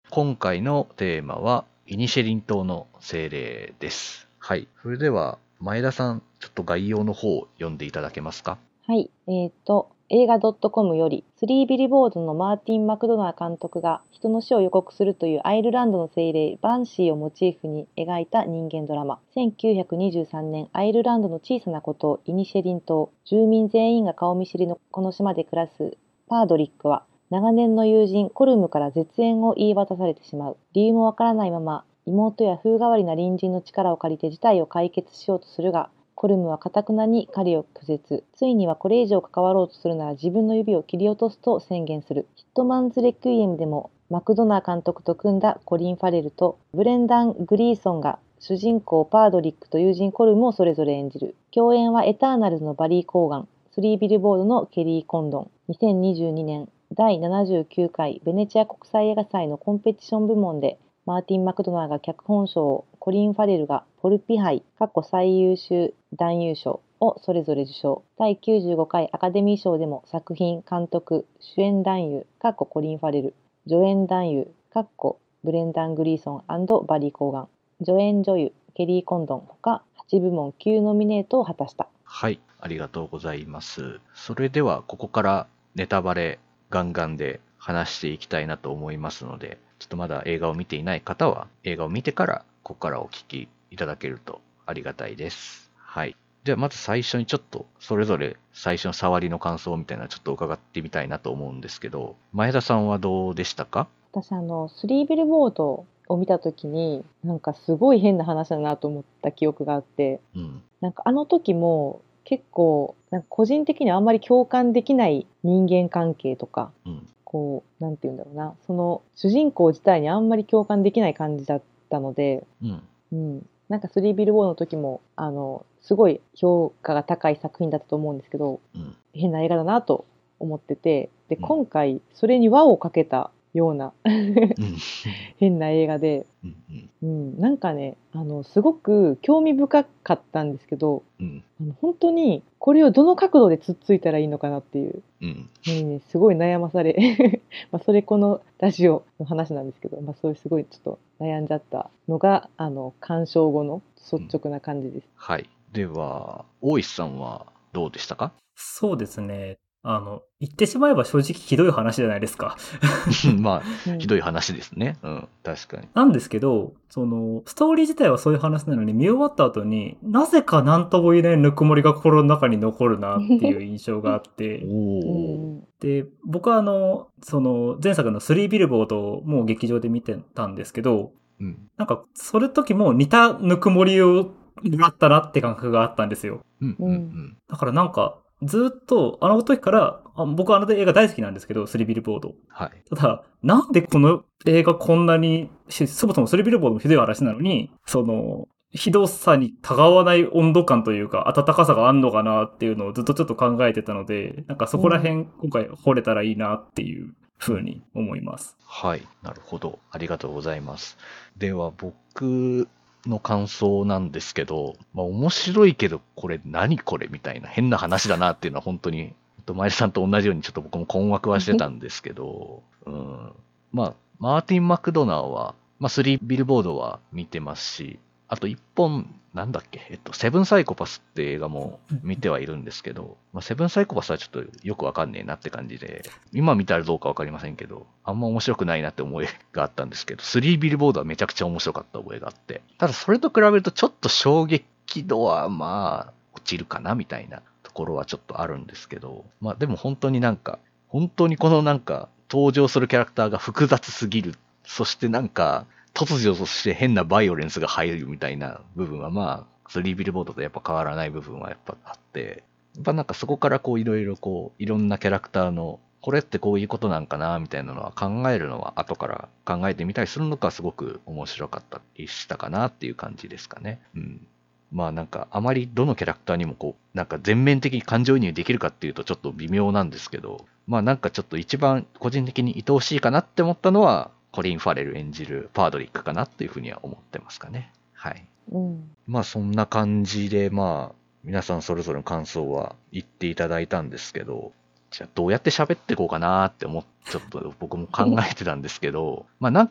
今回のテーマはイニシェリン島の精霊です。はい。それでは前田さん、ちょっと概要の方を読んでいただけますか。 はい。映画 .com より、スリービルボードのマーティン・マクドナー監督が人の死を予告するというアイルランドの精霊バンシーをモチーフに描いた人間ドラマ。1923年、アイルランドの小さな孤島、イニシェリン島。住民全員が顔見知りのこの島で暮らすパードリックは、長年の友人コルムから絶縁を言い渡されてしまう。理由もわからないまま、妹や風変わりな隣人の力を借りて事態を解決しようとするが、コルムは頑なに彼を拒絶。ついにはこれ以上関わろうとするなら自分の指を切り落とすと宣言する。ヒットマンズ・レクイエムでもマクドナー監督と組んだコリン・ファレルとブレンダン・グリーソンが主人公パードリックと友人コルムをそれぞれ演じる。共演はエターナルズのバリー・コーガン、スリービルボードのケリー・コンドン。2022年第79回ベネチア国際映画祭のコンペティション部門でマーティン・マクドナーが脚本賞を、コリン・ファレルがポルピ杯最優秀男優賞をそれぞれ受賞。第95回アカデミー賞でも作品、監督、主演男優コリン・ファレル、助演男優ブレンダン・グリーソン&バリー・コーガン、助演女優ケリー・コンドンほか8部門9ノミネートを果たした。 はい、ありがとうございます。それではここからネタバレガンガンで話していきたいなと思いますので、ちょっとまだ映画を見ていない方は映画を見てからここからお聞きいただけるとありがたいです。はい。ではまず最初にちょっとそれぞれ最初の触りの感想みたいなのちょっと伺ってみたいなと思うんですけど、前田さんはどうでしたか？ 私スリービルボードを見た時になんかすごい変な話だなと思った記憶があって、なんかあの時も結構なんか個人的にはあんまり共感できない人間関係とか、こうなんて言うんだろうな、その主人公自体にあんまり共感できない感じだったので、なんかスリービルボードの時もすごい評価が高い作品だったと思うんですけど、変な映画だなと思ってて、で今回それに輪をかけたような変な映画で、なんかねすごく興味深かったんですけど、本当にこれをどの角度でつっついたらいいのかなっていうのにね、すごい悩まされそれこのラジオの話なんですけど、そういうすごいちょっと悩んじゃったのが鑑賞後の率直な感じです。 はい。では大石さんはどうでしたか？ そうですね。言ってしまえば正直ひどい話じゃないですか。 まあ、ひどい話ですね。確かに。 なんですけど、ストーリー自体はそういう話なのに見終わった後になぜか何とも言えないぬくもりが心の中に残るなっていう印象があって、で、僕は前作の3ビルボードをもう劇場で見てたんですけど、なんかそれ時も似たぬくもりをもらったなって感覚があったんですよ。だからなんかずっとあの時から僕はあの映画大好きなんですけど、3ビルボード。ただ、なんでこの映画こんなに、そもそも3ビルボードもひどい話なのに、ひどさにたがわない温度感というか、温かさがあんのかなっていうのをずっとちょっと考えてたので、なんかそこら辺、今回掘れたらいいなっていうふうに思います。 はい、なるほど。ありがとうございます。では、僕の感想なんですけど、面白いけど、これ何これみたいな変な話だなっていうのは本当に、前田さんと同じようにちょっと僕も困惑はしてたんですけど、マーティン・マクドナーは、スリービルボードは見てますし、あと一本、なんだっけ、セブンサイコパスって映画も見てはいるんですけど、セブンサイコパスはちょっとよくわかんねえなって感じで、今見たらどうかわかりませんけど、あんま面白くないなって思いがあったんですけど、スリービルボードはめちゃくちゃ面白かった覚えがあって、ただそれと比べるとちょっと衝撃度は落ちるかなみたいなところはちょっとあるんですけど、でも本当に本当にこの登場するキャラクターが複雑すぎる。そして突如として変なバイオレンスが入るみたいな部分はスリービルボードとやっぱ変わらない部分はやっぱあって、やっぱそこからいろいろいろんなキャラクターのこれってこういうことなんかなみたいなのは考えるのは後から考えてみたりするのがすごく面白かったりしたかなっていう感じですかね。あまりどのキャラクターにも全面的に感情移入できるかっていうとちょっと微妙なんですけど、ちょっと一番個人的に愛おしいかなって思ったのはコリン・ファレル演じるパードリックかなっていうふうには思ってますかね。はい。そんな感じで皆さんそれぞれの感想は言っていただいたんですけど、じゃあどうやって喋っていこうかなってちょっと僕も考えてたんですけど、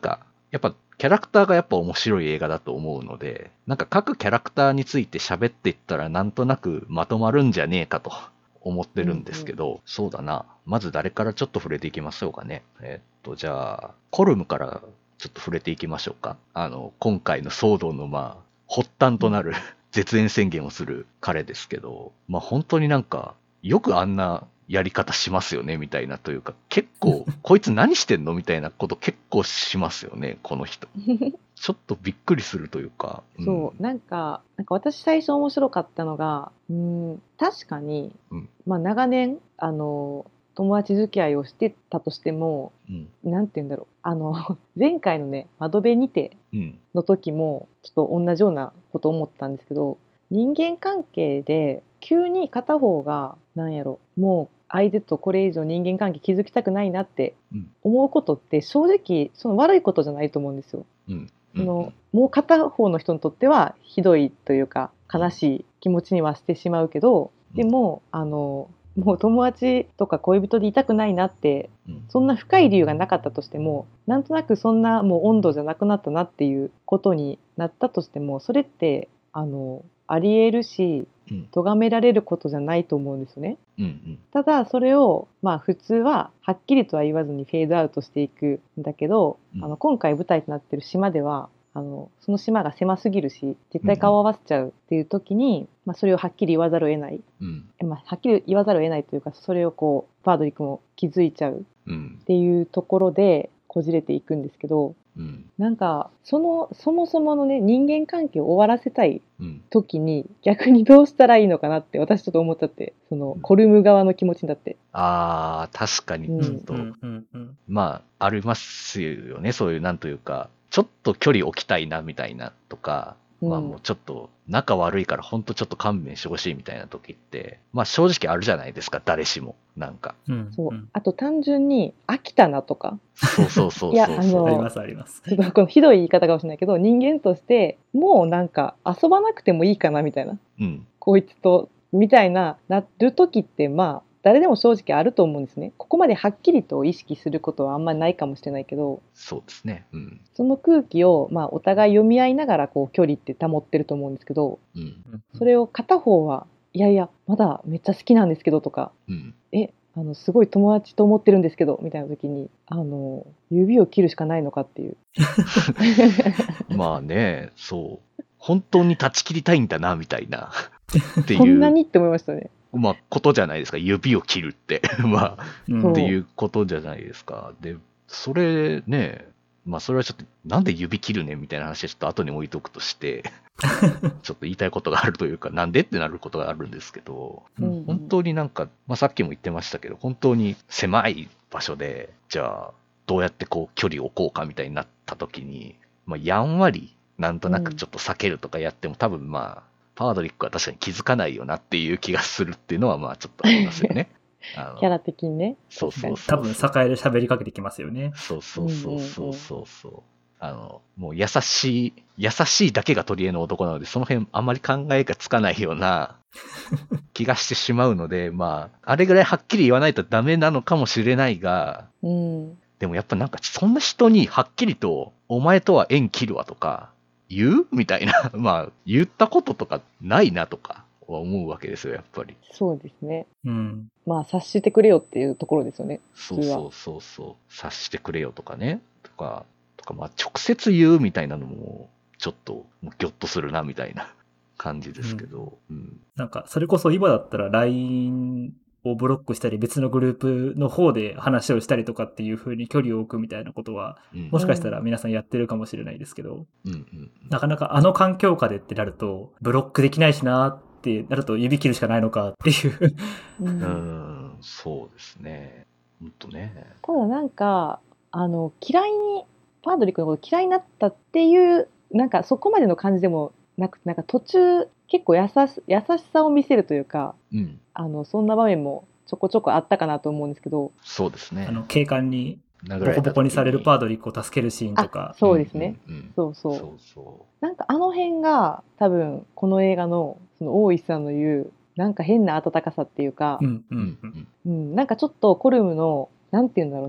やっぱキャラクターがやっぱ面白い映画だと思うので、なんか各キャラクターについて喋っていったらなんとなくまとまるんじゃねえかと思ってるんですけど、そうだな。まず誰からちょっと触れていきましょうかね。じゃあ、コルムからちょっと触れていきましょうか。今回の騒動の発端となる絶縁宣言をする彼ですけど、本当になんか、よくあんなやり方しますよね、みたいなというか、結構、こいつ何してんのみたいなこと結構しますよね、この人。ちょっとびっくりするというか。 そう、なんか私最初面白かったのが、確かに、長年、友達付き合いをしてたとしても、なんて言うんだろう。前回のね、窓辺にての時も、ちょっと同じようなこと思ったんですけど、人間関係で、急に片方が、もう相手とこれ以上人間関係築きたくないなって思うことって正直その悪いことじゃないと思うんですよ。もう片方の人にとってはひどいというか悲しい気持ちにはしてしまうけど、でももう友達とか恋人でいたくないなってそんな深い理由がなかったとしても、なんとなくそんなもう温度じゃなくなったなっていうことになったとしても、それってありえるし咎められることじゃないと思うんですよね。ただそれを普通ははっきりとは言わずにフェードアウトしていくんだけど、今回舞台となっている島ではその島が狭すぎるし絶対顔を合わせちゃうっていう時に、それをはっきり言わざるを得ない、はっきり言わざるを得ないというか、それをパードリックも気づいちゃうっていうところでこじれていくんですけど、なんかそもそものね、人間関係を終わらせたい時に逆にどうしたらいいのかなって私ちょっと思っちゃって、そのコルム側の気持ちになって。 確かにちょっと、ありますよね、そういうなんというか、ちょっと距離置きたいなみたいなとか、もうちょっと仲悪いからほんとちょっと勘弁してほしいみたいな時って正直あるじゃないですか、誰しも。なんか、 あと単純に飽きたなとか、 そういやありますあります。 ちょっとこのひどい言い方かもしれないけど、人間としてもうなんか遊ばなくてもいいかなみたいな、こいつとみたいなる時って誰でも正直あると思うんですね。ここまではっきりと意識することはあんまりないかもしれないけど、 そうですね。 その空気をお互い読み合いながら距離って保ってると思うんですけど、それを片方はいやいやまだめっちゃ好きなんですけどとか、すごい友達と思ってるんですけどみたいな時に指を切るしかないのかっていう。 そう本当に断ち切りたいんだなみたいなっていう、 こんなにって思いましたね。 ことじゃないですか、指を切るってっていうことじゃないですか。でそれね、それはちょっとなんで指切るねみたいな話はちょっと後に置いとくとしてちょっと言いたいことがあるというか、なんでってなることがあるんですけど、本当になんか、さっきも言ってましたけど、本当に狭い場所でじゃあどうやって距離を置こうかみたいになった時に、やんわりなんとなくちょっと避けるとかやっても、多分パードリックは確かに気づかないよなっていう気がするっていうのはちょっとありますよね。 キャラ的にね。 そう多分栄で喋りかけてきますよね。 もう優しいだけが取り柄の男なので、その辺あんまり考えがつかないような気がしてしまうので、あれぐらいはっきり言わないとダメなのかもしれないが、でもやっぱなんかそんな人にはっきりとお前とは縁切るわとか言うみたいな言ったこととかないなとかは思うわけですよ、やっぱり。 そうですね。察してくれよっていうところですよね。 そう察してくれよとかね、とか直接言うみたいなのもちょっとギョッとするなみたいな感じですけど、 なんかそれこそ今だったら LINE をブロックしたり別のグループの方で話をしたりとかっていう風に距離を置くみたいなことは、もしかしたら皆さんやってるかもしれないですけど、なかなかあの環境下でってなるとブロックできないしなってなると指切るしかないのかっていうそうですね。本当ね。 ただなんか嫌いにパードリックのこと嫌いになったっていうなんかそこまでの感じでもなく、なんか途中結構優しさを見せるというか、そんな場面もちょこちょこあったかなと思うんですけど。 そうですね。 警官にボコボコにされるパードリックを助けるシーンとか。 そうですね。なんかあの辺が多分この映画のその大石さんの言うなんか変な温かさっていうか、なんかちょっとコルムのなんていうんだろうな、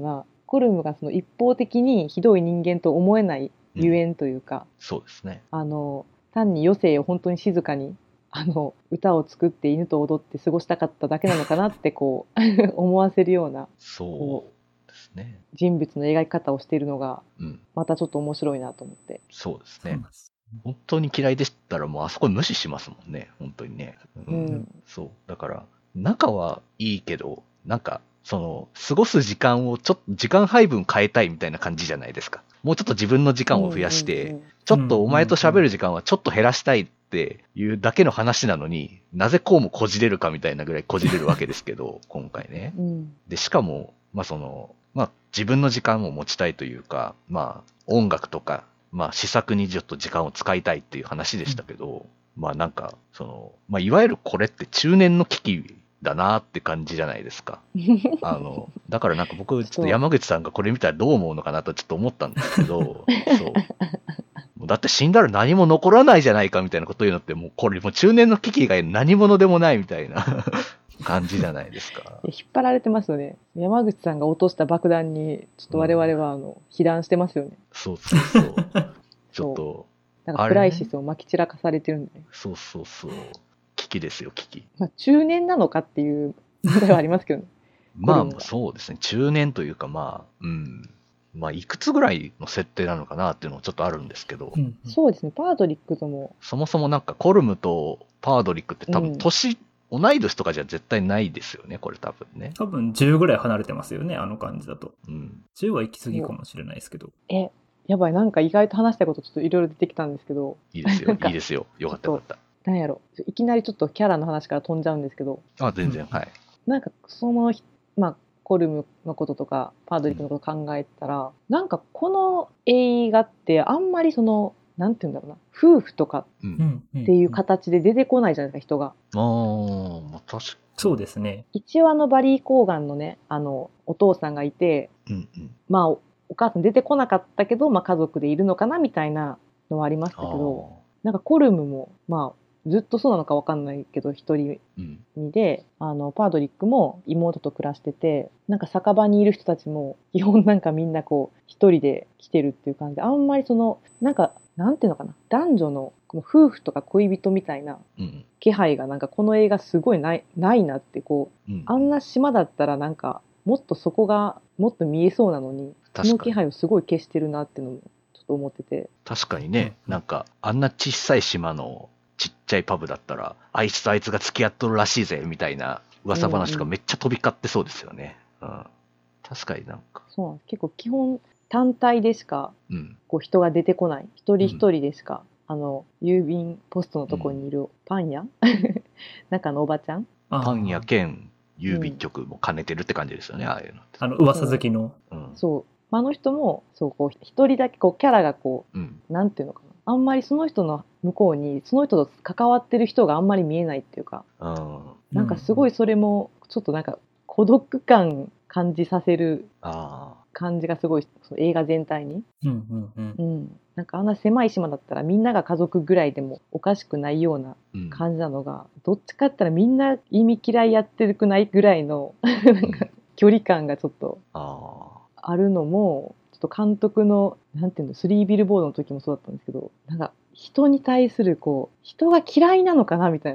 コルムがその一方的にひどい人間と思えないゆえんというか、 そうですね。 単に余生を本当に静かに歌を作って犬と踊って過ごしたかっただけなのかなってこう思わせるようなそうですね。 人物の描き方をしているのがうん。 またちょっと面白いなと思って。 そうですね。本当に嫌いでしたらもうあそこ無視しますもんね。本当にね。そう。だから、仲はいいけど、なんか、過ごす時間をちょっと時間配分変えたいみたいな感じじゃないですか。もうちょっと自分の時間を増やして、ちょっとお前と喋る時間はちょっと減らしたいっていうだけの話なのに、なぜこうもこじれるかみたいなぐらいこじれるわけですけど、今回ね。で、しかも、自分の時間を持ちたいというか、音楽とか、試作にちょっと時間を使いたいっていう話でしたけど、いわゆるこれって中年の危機だなって感じじゃないですか。だからなんか僕、ちょっと山口さんがこれ見たらどう思うのかなとちょっと思ったんですけど、そう。だって死んだら何も残らないじゃないかみたいなこと言うのって、もうこれもう中年の危機以外何者でもないみたいな感じじゃないですか。 引っ張られてますよね。山口さんが落とした爆弾にちょっと我々は被弾してますよね。 そうそうそう。ちょっとなんかクライシスをまき散らかされてるんでね。 そうそうそう。危機ですよ、危機。 中年なのかっていう問題はありますけどね。 そうですね。中年というかいくつぐらいの設定なのかなっていうのもちょっとあるんですけど。 そうですね。パードリックとも。 そもそもなんかコルムとパードリックって多分同い年とかじゃ絶対ないですよね、これ多分ね。 多分10ぐらい離れてますよね、あの感じだと。10は行き過ぎかもしれないですけど。 やばい、なんか意外と話したいことちょっといろいろ出てきたんですけど。 いいですよ、いいですよ。よかったよかった。 なんやろ。いきなりちょっとキャラの話から飛んじゃうんですけど。 全然、はい。 なんかコルムのこととかパードリックのこと考えたら、なんかこの映画ってあんまりなんていうんだろうな、夫婦とかっていう形で出てこないじゃないですか、人が。 確かに。 そうですね。 一応バリー・コーガンのね、お父さんがいて、お母さん出てこなかったけど、家族でいるのかなみたいなのはありましたけど、なんかコルムもずっとそうなのか分かんないけど一人身で、パードリックも妹と暮らしてて、なんか酒場にいる人たちも基本なんかみんなこう一人で来てるっていう感じで、あんまりなんかなんていうのかな、男女のこの夫婦とか恋人みたいな気配がなんかこの映画すごいないなってあんな島だったらなんかもっとそこがもっと見えそうなのに、その気配をすごい消してるなっていうのもちょっと思ってて。 確かにね、なんかあんな小さい島のちっちゃいパブだったら、あいつとあいつが付き合っとるらしいぜみたいな噂話がめっちゃ飛び交ってそうですよね。確かになんか。 そうなんです。結構基本単体でしか人が出てこない。一人一人でしか、郵便ポストのところにいるパン屋中のおばちゃん。 パン屋兼郵便局も兼ねてるって感じですよね、ああいうの。 噂好きの。 そう。あの人も一人だけキャラがなんていうのかな。あんまりその人の向こうにその人と関わってる人があんまり見えないっていうか、なんかすごいそれもちょっとなんか孤独感感じさせる感じがすごいその映画全体に、なんかあんな狭い島だったらみんなが家族ぐらいでもおかしくないような感じなのが、どっちかって言ったらみんな意味嫌いやってるくないぐらいのなんか距離感がちょっとあるのも、ちょっと監督のなんていうの、3ビルボードの時もそうだったんですけど、なんか人に対する人が嫌いなのかなみたいな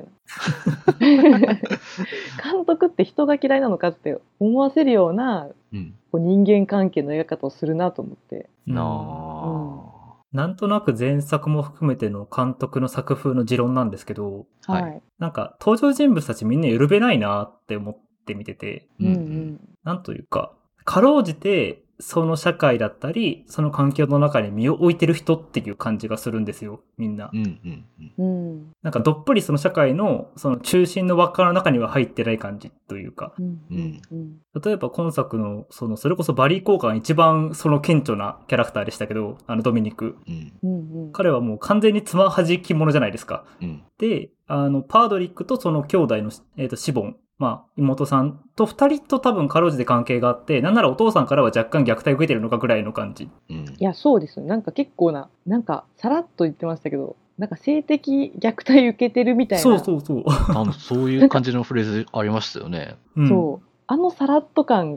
監督って人が嫌いなのかって思わせるような、人間関係の描き方をするなと思って。 なんとなく前作も含めての監督の作風の持論なんですけど、なんか登場人物たちみんな緩べないなって思って見てて、なんというか、かろうじてその社会だったり、その環境の中に身を置いてる人っていう感じがするんですよ、みんな。なんかどっぷりその社会のその中心の輪っかの中には入ってない感じというか。例えば今作のそれこそバリー・コーガン一番その顕著なキャラクターでしたけど、ドミニク。彼はもう完全につまはじき者じゃないですか。で、パードリックとその兄弟の、シボン。妹さんと二人と多分かろうじて関係があって、なんならお父さんからは若干虐待を受けてるのかぐらいの感じ。 いや、そうですよ。なんか結構なんかさらっと言ってましたけど、なんか性的虐待受けてるみたいな。 そういう感じのフレーズありましたよね。 そう。さらっと感が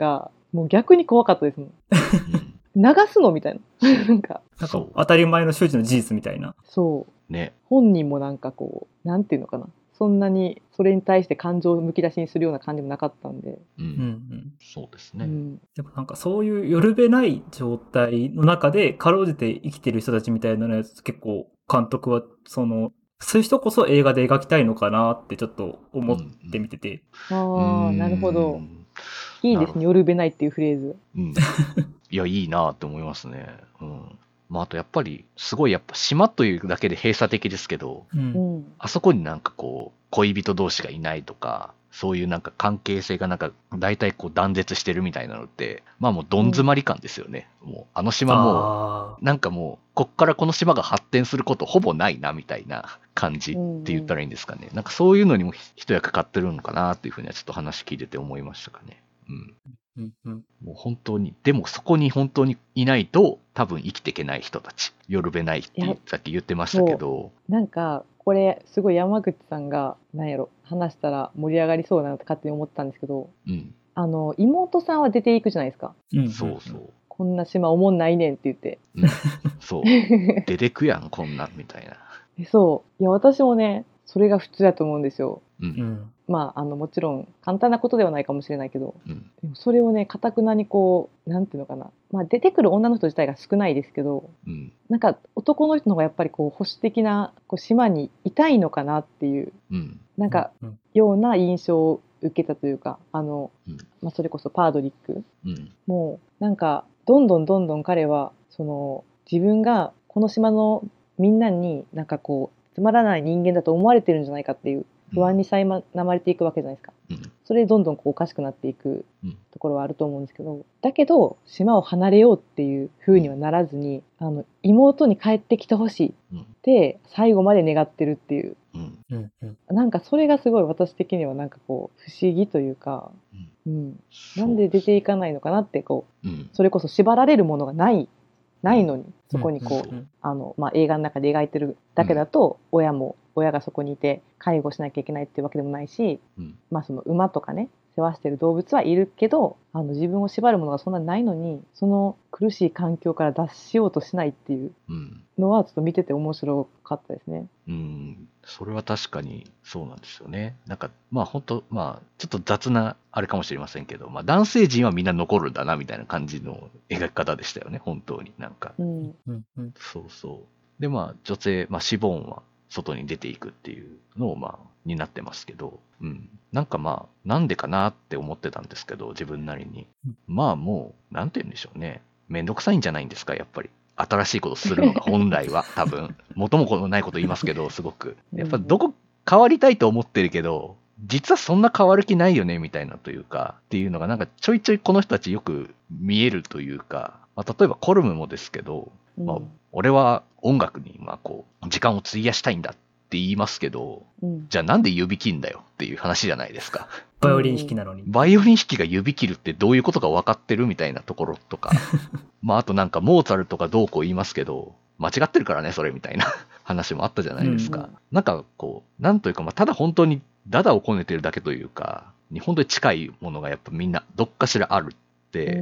もう逆に怖かったですもん。流すのみたいな。なんか当たり前の周知の事実みたいな。 そうね。 本人もなんかこうなんていうのかな、そんなにそれに対して感情をむき出しにするような感じもなかったんで、 そうですね。 でもなんかそういうよるべない状態の中でかろうじて生きてる人たちみたいなやつ、結構監督はそういう人こそ映画で描きたいのかなってちょっと思ってみてて。 ああ、なるほど。いいですね、よるべないっていうフレーズ。 いや、いいなって思いますね。まあ、あとやっぱり、すごいやっぱ島というだけで閉鎖的ですけど、あそこになんかこう、恋人同士がいないとか、そういうなんか関係性がなんか大体こう断絶してるみたいなのって、まあもうどん詰まり感ですよね。もうあの島も、なんかもう、こっからこの島が発展することほぼないなみたいな感じって言ったらいいんですかね。なんかそういうのにも一役買ってるのかなっていうふうにはちょっと話聞いてて思いましたかね。もう本当に、でもそこに本当にいないと多分生きていけない人たち、よるべないってさっき言ってましたけど、 なんかこれすごい山口さんがなんやろ話したら盛り上がりそうだなって勝手に思ったんですけど、妹さんは出ていくじゃないですか。 そうそう。 こんな島おもんないねんって言って、 そう出てくやんこんなんみたいな。 そういや私もねそれが普通だと思うんですよ。まあもちろん簡単なことではないかもしれないけど、でもそれをね堅くなにこうなんていうのかな、まあ出てくる女の人自体が少ないですけど、なんか男の人の方がやっぱりこう保守的なこう島にいたいのかなっていう、なんかような印象を受けたというか、まあ、それこそパードリック、もうなんかどんどん彼は自分がこの島のみんなになんかこうつまらない人間だと思われてるんじゃないかっていう不安に苛まれていくわけじゃないですか。それでどんどんこうおかしくなっていくところはあると思うんですけど、だけど島を離れようっていう風にはならずに、妹に帰ってきてほしいって最後まで願ってるっていう、なんかそれがすごい私的にはなんかこう不思議というか、なんで出ていかないのかなってこう、それこそ縛られるものがないのに、そこにこうまあ、映画の中で描いてるだけだと、親がそこにいて介護しなきゃいけないっていうわけでもないし、まあ、その馬とかね世話してる動物はいるけど、自分を縛るものがそんなにないのにその苦しい環境から脱しようとしないっていうのはちょっと見てて面白かったですね。 それは確かにそうなんですよね。なんかまあ本当まあちょっと雑なあれかもしれませんけど、まあ男性陣はみんな残るんだなみたいな感じの描き方でしたよね、本当になんか。そうそう。でまあ女性、まあシボーンは外に出ていくっていうのをまあになってますけど、なんかまあなんでかなって思ってたんですけど、自分なりに。まあもうなんて言うんでしょうね。めんどくさいんじゃないんですか、やっぱり。新しいことするのが本来は多分元も子もないこと言いますけど、すごくやっぱどこ変わりたいと思ってるけど実はそんな変わる気ないよねみたいなというかっていうのがなんかちょいちょいこの人たちよく見えるというか、まあ、例えばコルムもですけど、まあ、俺は音楽にまあこう時間を費やしたいんだって言いますけど、じゃあなんで指切んだよっていう話じゃないですか。 バイオリン弾きなのに。 バイオリン弾きが指切るってどういうことか分かってるみたいなところとか。まああとなんかモーツァルトがどうこう言いますけど、間違ってるからね、それみたいな話もあったじゃないですか。なんかこう、なんというか、まあただ本当にダダをこねてるだけというか、本当に近いものがやっぱみんなどっかしらあるって。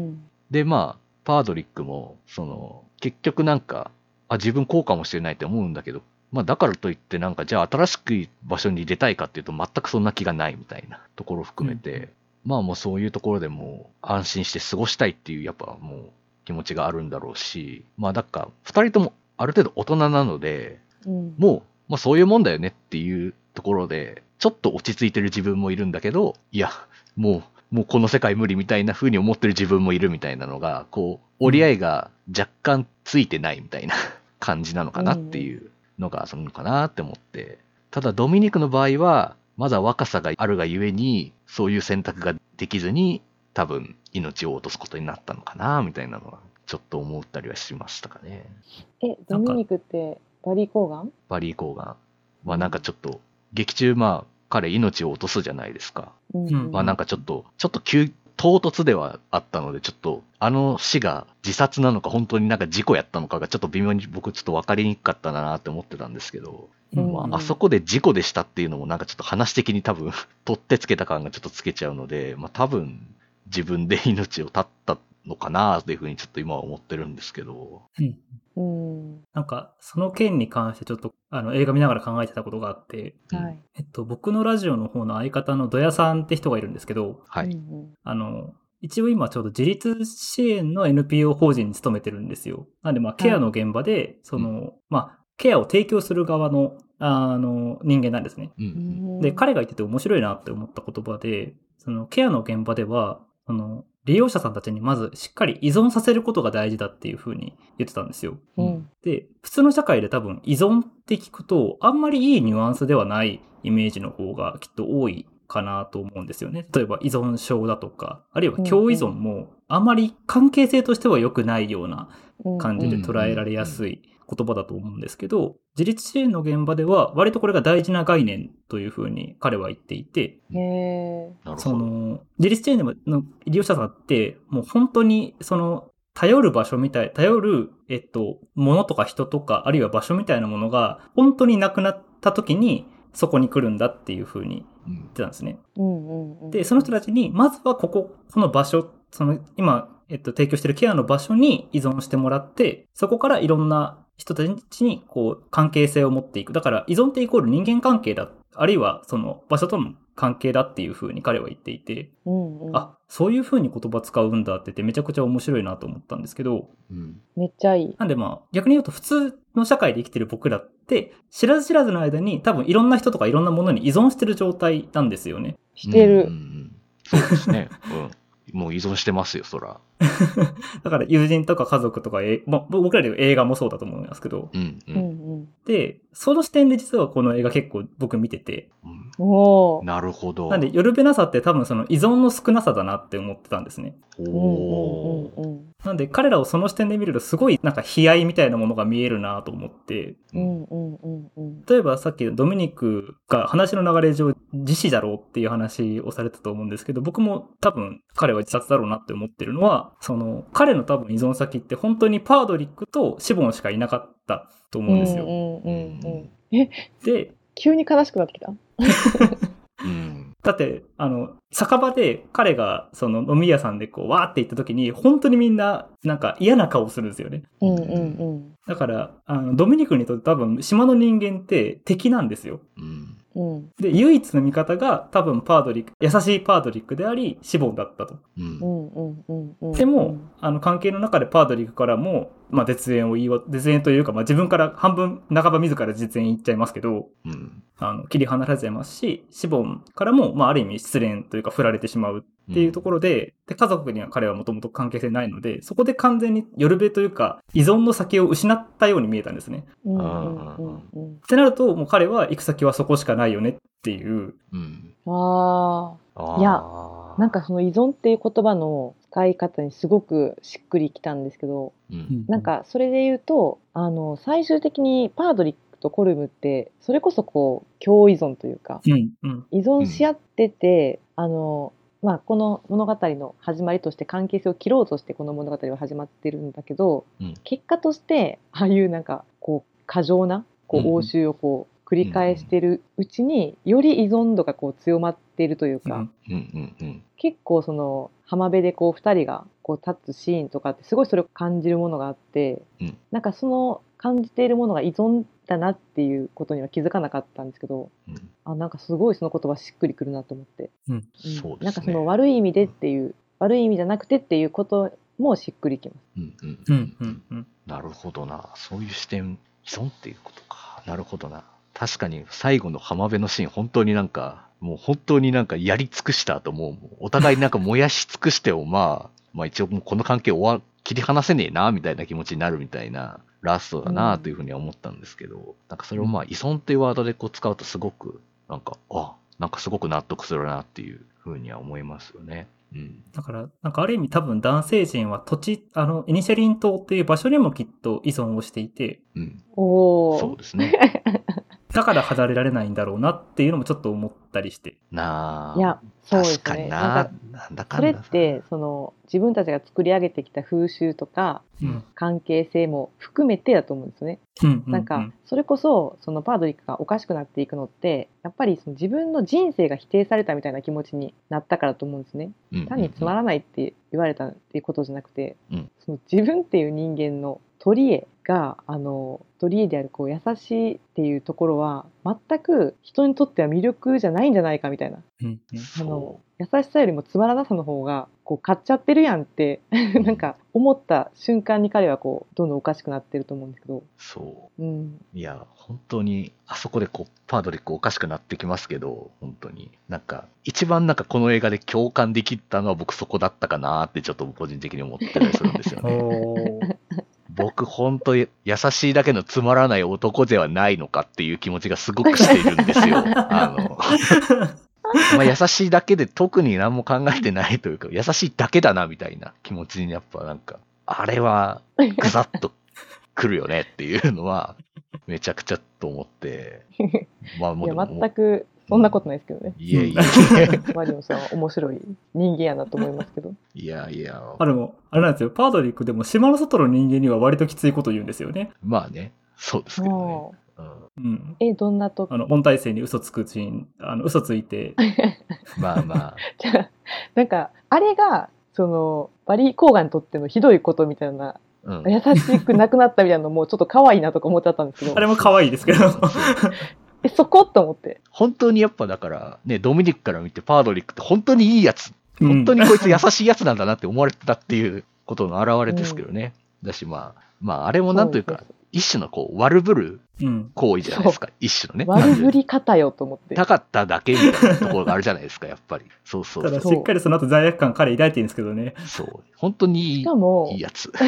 で、まあ、パードリックも、結局なんか、自分こうかもしれないって思うんだけど、まあだからといってなんかじゃあ新しく場所に出たいかっていうと全くそんな気がないみたいなところを含めて、まあもうそういうところでもう安心して過ごしたいっていうやっぱもう気持ちがあるんだろうし、まあだから二人ともある程度大人なので、もう、まあそういうもんだよねっていうところで、ちょっと落ち着いてる自分もいるんだけど、いや、もうこの世界無理みたいな風に思ってる自分もいるみたいなのが、こう、折り合いが若干ついてないみたいな感じなのかなっていうのが、そのかなって思って。ただドミニクの場合は、まだ若さがあるがゆえに、そういう選択ができずに、多分命を落とすことになったのかなみたいなのは、ちょっと思ったりはしましたかね。 ドミニクってバリー・コーガン？ バリー・コーガンはなんかちょっと、劇中まあ、彼命を落とすじゃないですか。まあなんかちょっと唐突ではあったので、ちょっとあの死が自殺なのか本当になんか事故やったのかがちょっと微妙に僕ちょっと分かりにくかったなって思ってたんですけど、まあ、あそこで事故でしたっていうのもなんかちょっと話的に多分取ってつけた感がちょっとつけちゃうので、まあ多分自分で命を絶ったのかなっていうふうにちょっと今は思ってるんですけど。 なんか、その件に関してちょっと、映画見ながら考えてたことがあって、 はい。 僕のラジオの方の相方のドヤさんって人がいるんですけど、 はい。 一応今ちょうど自立支援の NPO 法人に勤めてるんですよ。なんで、ケアの現場で、ケアを提供する側の、人間なんですね。で、彼が言ってて面白いなって思った言葉で、そのケアの現場では、利用者さんたちにまずしっかり依存させることが大事だっていうふうに言ってたんですよ。で、普通の社会で多分依存って聞くと、あんまりいいニュアンスではないイメージの方がきっと多いかなと思うんですよね。例えば依存症だとか、あるいは共依存もあまり関係性としては良くないような感じで捉えられやすい言葉だと思うんですけど、自立支援の現場では割とこれが大事な概念というふうに彼は言っていて、自立支援の利用者さんってもう本当に頼るものとか人とか、あるいは場所みたいなものが本当になくなった時にそこに来るんだっていうふうに言ってたんですね。で、その人たちにまずはこの場所、今、提供しているケアの場所に依存してもらって、そこからいろんな人たちに関係性を持っていく。だから依存ってイコール人間関係だ。あるいはその場所との関係だっていうふうに彼は言っていて、そういうふうに言葉使うんだって言ってめちゃくちゃ面白いなと思ったんですけど、 めっちゃいい。 なんで逆に言うと普通の社会で生きてる僕らって知らず知らずの間に多分いろんな人とかいろんなものに依存してる状態なんですよね。 してる。 そうですね。もう依存してますよ、そら。 だから友人とか家族とか、僕らでいう映画もそうだと思いますけど。で、その視点で実はこの映画結構僕見てて。 なるほど。 なんで、ヨルベナさって多分その依存の少なさだなって思ってたんですね。なんで、彼らをその視点で見るとすごいなんか悲哀みたいなものが見えるなと思って。例えばさっきドミニクが話の流れ上自死だろうっていう話をされたと思うんですけど、僕も多分彼は自殺だろうなって思ってるのは、彼の多分依存先って本当にパードリックとシボンしかいなかったと思うんですよ。で、 急に悲しくなってきた。 だって、酒場で彼が飲み屋さんでわーって行った時に、本当にみんななんか嫌な顔するんですよね。だから、ドミニクにとって多分島の人間って敵なんですよ。で、唯一の味方が多分優しいパードリックであり、シボンだったと。でも、関係の中でパードリックからも、絶縁というか、自分から半分、半ば自ら実縁言っちゃいますけど、切り離されちゃいますし、シボンからも、ある意味失恋というか振られてしまうっていうところで、家族には彼はもともと関係性ないので、そこで完全にヨルベというか、依存の先を失ったように見えたんですね。ってなると、もう彼は行く先はそこしかないよねっていう。 いや、なんかその依存っていう言葉の使い方にすごくしっくりきたんですけど、なんかそれで言うと、最終的にパードリックとコルムってそれこそ共依存というか、依存し合ってて、この物語の始まりとして関係性を切ろうとしてこの物語は始まってるんだけど、結果としてああいうなんか過剰な応酬を繰り返してるうちにより依存度が強まっているというか、結構その浜辺で2人が立つシーンとかってすごいそれを感じるものがあって、なんかその感じているものが依存だなっていうことには気づかなかったんですけど、なんかすごいその言葉しっくりくるなと思って、なんかその悪い意味でっていう、悪い意味じゃなくてっていうこともしっくりきます。 なるほどな。そういう視点、依存っていうことか。なるほどな。確かに最後の浜辺のシーン、本当になんかやり尽くしたと思う。お互いなんか燃やし尽くしても一応もうこの関係切り離せねえなみたいな気持ちになるみたいなラストだなというふうには思ったんですけど、なんかそれを依存っていうワードで使うとすごくなんかすごく納得するなっていうふうには思いますよね。 だから、なんかある意味多分男性陣はイニシャリン島っていう場所にもきっと依存をしていて、 そうですね。 だから離れられないんだろうなっていうのもちょっと思ったりして。 いや、 そうですね。 確かになんかなんだかそんだ。 れって自分たちが作り上げてきた風習とかうん関係性も含めてだと思うんですよね。なんかそれこそパードリックがおかしくなっていくのってやっぱり自分の人生が否定されたみたいな気持ちになったからと思うんですね。単につまらないって言われたっていうことじゃなくて、自分っていう人間の取り柄が取り柄である優しいっていうところは全く人にとっては魅力じゃないんじゃないかみたいな、優しさよりもつまらなさの方が勝っちゃってるやんってなんか思った瞬間に彼はどんどんおかしくなってると思うんですけど。 そう、いや本当にあそこでパードリックおかしくなってきますけど、本当になんか一番この映画で共感できたのは僕そこだったかなってちょっと個人的に思ってたりするんですよね。僕本当優しいだけのつまらない男ではないのかっていう気持ちがすごくしているんですよ。優しいだけで特に何も考えてないというか、優しいだけだなみたいな気持ちにやっぱあれはぐざっとくるよねっていうのはめちゃくちゃと思って。まあもう全くそんなことないですけどね。 いえいえ。 マリオンさんは面白い人間やなと思いますけど。 いやいや。 あれなんですよ。パードリックでも島の外の人間には割ときついこと言うんですよね。 まあね。そうですけどね。どんなと音体制に嘘つくシーン、嘘ついて。 まあまあ。 じゃあ、なんか、あれが、バリー・コーガンにとってのひどいことみたいな、優しくなくなったみたいなのもちょっと可愛いなとか思っちゃったんですけど。 あれも可愛いですけど。 そこと思って。 本当にやっぱだからね、ドミニクから見てパードリックって本当にいいやつ、本当にこいつ優しいやつなんだなって思われてたっていうことの表れですけどね。だしまああれもなんというか一種の悪ぶる行為じゃないですか。一種のね。 悪ぶり方よと思って。 たかっただけみたいなところがあるじゃないですか、やっぱり。そう。 ただしっかりその後罪悪感彼抱いてるんですけどね。 そう。本当にいいやつ。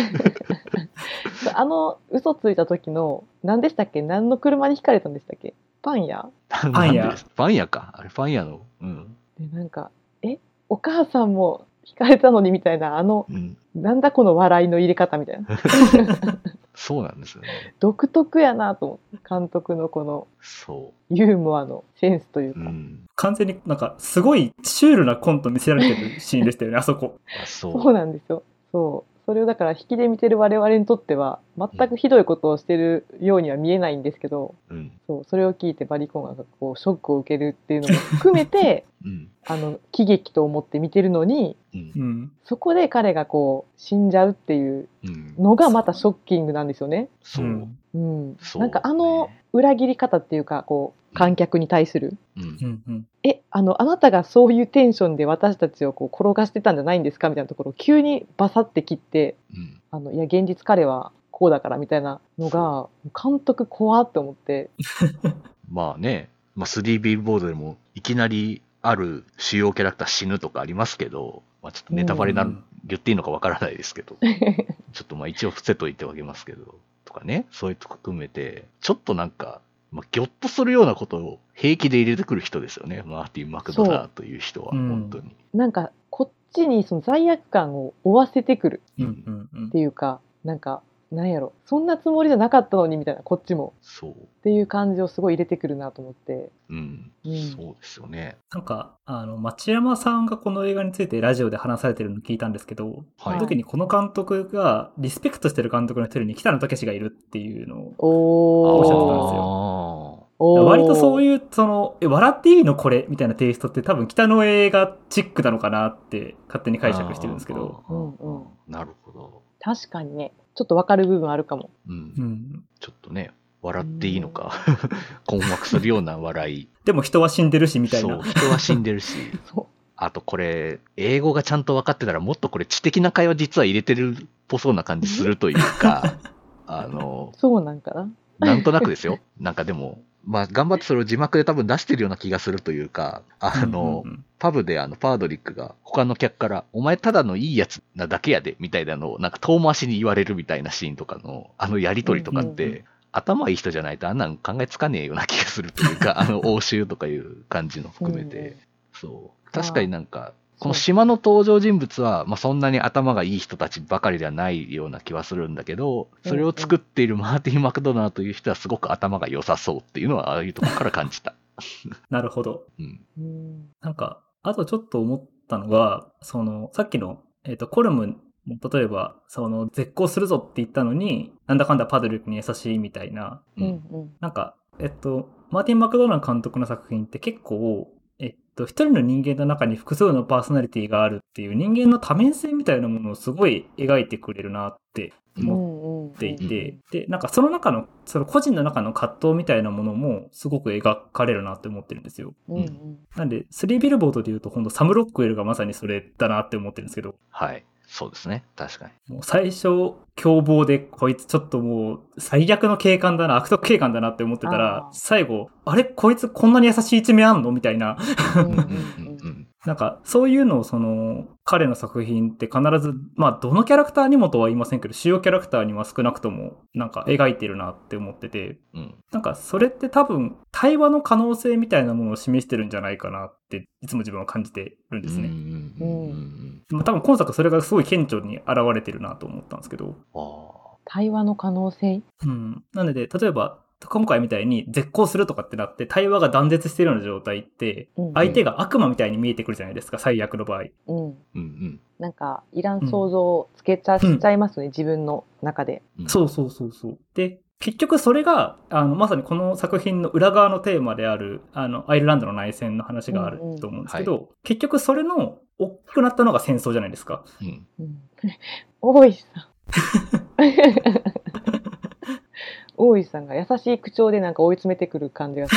嘘ついた時の、何でしたっけ？何の車にひかれたんでしたっけ？パン屋か。あれパン屋の。 で、なんか、お母さんもひかれたのにみたいな、なんだこの笑いの入れ方みたいな。 そうなんですよね。 独特やなと思って、監督のこのユーモアのセンスというか。 完全にすごいシュールなコント見せられてるシーンでしたよね、あそこ。 そうなんですよ。そう。それをだから引きで見てる我々にとっては全くひどいことをしてるようには見えないんですけど、それを聞いてバリコンがショックを受けるっていうのも含めて喜劇と思って見てるのに、そこで彼が死んじゃうっていうのがまたショッキングなんですよね。なんか裏切り方っていうか観客に対する、あなたがそういうテンションで私たちを転がしてたんじゃないんですかみたいなところを急にバサって切って、いや現実彼はこうだからみたいなのが監督怖って思って。 まあね、3ビルボードでもいきなりある主要キャラクター死ぬとかありますけど、ちょっとネタバレ言っていいのかわからないですけど、ちょっと一応伏せといてあげますけどとかね、そういうとこ含めてちょっとギョッとするようなことを平気で入れてくる人ですよね、マーティン・マクドナーという人は。本当になんかこっちに罪悪感を負わせてくるっていうか、なんやろ、そんなつもりじゃなかったのにみたいな、こっちもっていう感じをすごい入れてくるなと思って。 そうですよね。 町山さんがこの映画についてラジオで話されてるの聞いたんですけど、その時にこの監督がリスペクトしてる監督の一人に北野武がいるっていうのをおっしゃってたんですよ。割とそういう笑っていいのこれみたいなテイストって多分北野映画チックなのかなって勝手に解釈してるんですけど。 なるほど。 確かにね、ちょっと分かる部分あるかも。 ちょっとね、笑っていいのか困惑するような笑い。 でも人は死んでるしみたいな。 そう、人は死んでるし。あとこれ英語がちゃんと分かってたらもっとこれ知的な会話実は入れてるっぽそうな感じするというかそうなんかな。 なんとなくですよ。でも頑張ってそれを字幕で多分出してるような気がするというか、パブでパードリックが他の客からお前ただのいいやつなだけやでみたいなのを遠回しに言われるみたいなシーンとかのやりとりとかって、頭いい人じゃないとあんなん考えつかねえような気がするというか、応酬とかいう感じの含めて、確かにこの島の登場人物は、そんなに頭がいい人たちばかりではないような気はするんだけど、それを作っているマーティン・マクドナーという人はすごく頭が良さそうっていうのはああいうところから感じた。 なるほど。 あとちょっと思ったのが、さっきの、コルム、例えば、絶交するぞって言ったのに、なんだかんだパドリックに優しいみたいな、なんか、マーティン・マクドナー監督の作品って結構、一人の人間の中に複数のパーソナリティがあるっていう人間の多面性みたいなものをすごい描いてくれるなって思っていて、で、なんかその中の、その個人の中の葛藤みたいなものもすごく描かれるなって思ってるんですよ。なんで、3ビルボードで言うと、ほんとサム・ロックウェルがまさにそれだなって思ってるんですけど。 はい。そうですね。確かに。 もう最初、凶暴で、こいつちょっともう、最悪の警官だな、悪徳警官だなって思ってたら、最後、あれこいつこんなに優しい一面あんのみたいな。なんか、そういうのを彼の作品って必ず、まあ、どのキャラクターにもとは言いませんけど、主要キャラクターには少なくとも、なんか描いてるなって思ってて、なんか、それって多分、対話の可能性みたいなものを示してるんじゃないかなって、いつも自分は感じてるんですね。でも多分今作それがすごい顕著に現れてるなと思ったんですけど。 対話の可能性？ なので、例えば、今回みたいに絶交するとかってなって対話が断絶してるような状態って、相手が悪魔みたいに見えてくるじゃないですか、最悪の場合。 なんか、いらん想像をつけちゃいますね、自分の中で。 そう。で、結局それが、まさにこの作品の裏側のテーマである、アイルランドの内戦の話があると思うんですけど、結局それの大きくなったのが戦争じゃないですか。 大石さん。大石さんが優しい口調でなんか追い詰めてくる感じがす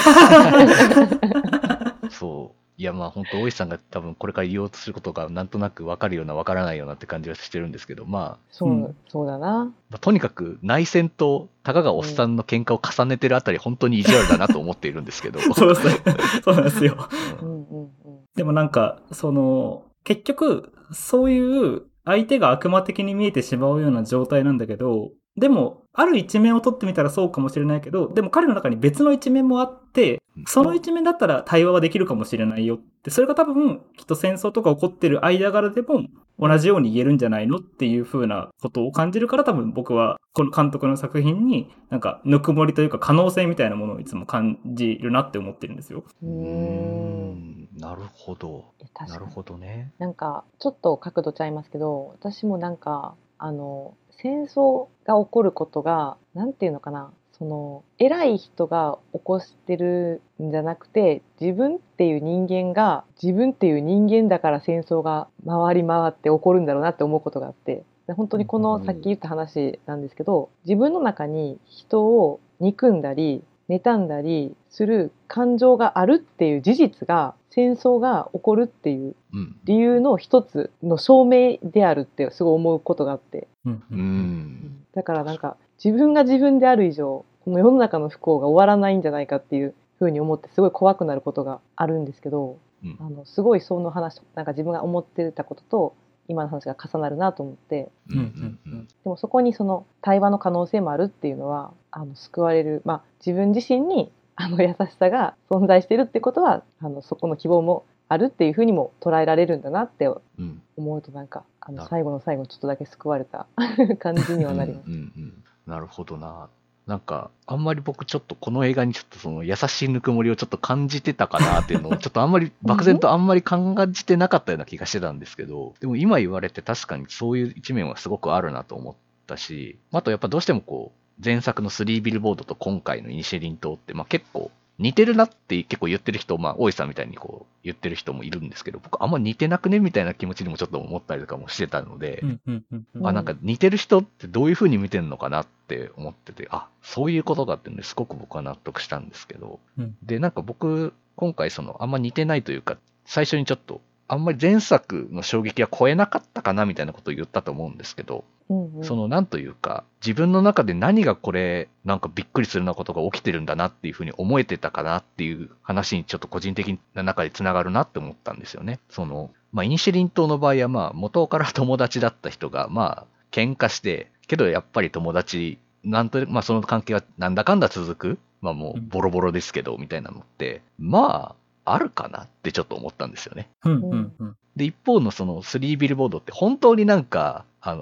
る。そう。いやまあ本当大石さんが多分これから言おうとすることがなんとなく分かるような分からないようなって感じはしてるんですけど、まあそうだな、 とにかく内戦とたかがおっさんの喧嘩を重ねてるあたり本当に意地悪だなと思っているんですけどそうなんですよ。でもなんか結局そういう相手が悪魔的に見えてしまうような状態なんだけど、でも、ある一面を取ってみたらそうかもしれないけど、でも彼の中に別の一面もあって、その一面だったら対話はできるかもしれないよって、それが多分、きっと戦争とか起こってる間柄でも同じように言えるんじゃないのっていう風なことを感じるから多分僕はこの監督の作品になんかぬくもりというか可能性みたいなものをいつも感じるなって思ってるんですよ。 なるほど。なるほどね。 なんかちょっと角度ちゃいますけど、私もなんか戦争が起こることがなんていうのかな、偉い人が起こしてるんじゃなくて、自分っていう人間が自分っていう人間だから戦争が回り回って起こるんだろうなって思うことがあって、本当にこのさっき言った話なんですけど、自分の中に人を憎んだり妬んだりする感情があるっていう事実が戦争が起こるっていう理由の一つの証明であるってすごい思うことがあって、だからなんか自分が自分である以上この世の中の不幸が終わらないんじゃないかっていうふうに思ってすごい怖くなることがあるんですけど、すごいその話、なんか自分が思ってたことと今の話が重なるなと思って、でもそこにその対話の可能性もあるっていうのは救われる、自分自身に優しさが存在してるってことはそこの希望もあるっていうふうにも捉えられるんだなって思うと、なんか最後の最後ちょっとだけ救われた感じにはなります。 なるほどな。なんかあんまり僕ちょっとこの映画にちょっとその優しいぬくもりをちょっと感じてたかなっていうのをちょっとあんまり漠然とあんまり感じてなかったような気がしてたんですけど、でも今言われて確かにそういう一面はすごくあるなと思ったし、あとやっぱどうしてもこう前作の3ビルボードと今回のイニシェリン島って結構似てるなって結構言ってる人、大石さんみたいにこう言ってる人もいるんですけど、僕あんま似てなくねみたいな気持ちにもちょっと思ったりとかもしてたので、なんか似てる人ってどういう風に見てるのかなって思ってて、そういうことかっていうのですごく僕は納得したんですけど、でなんか僕今回あんま似てないというか、最初にちょっとあんまり前作の衝撃は超えなかったかなみたいなことを言ったと思うんですけど、なんというか自分の中で何がこれなんかびっくりするようなことが起きてるんだなっていうふうに思えてたかなっていう話にちょっと個人的な中でつながるなって思ったんですよね。イニシェリン島の場合は元から友達だった人が喧嘩してけどやっぱり友達なんとその関係はなんだかんだ続く、もうボロボロですけどみたいなのってあるかなってちょっと思ったんですよね。で一方のその3ビルボードって本当になんか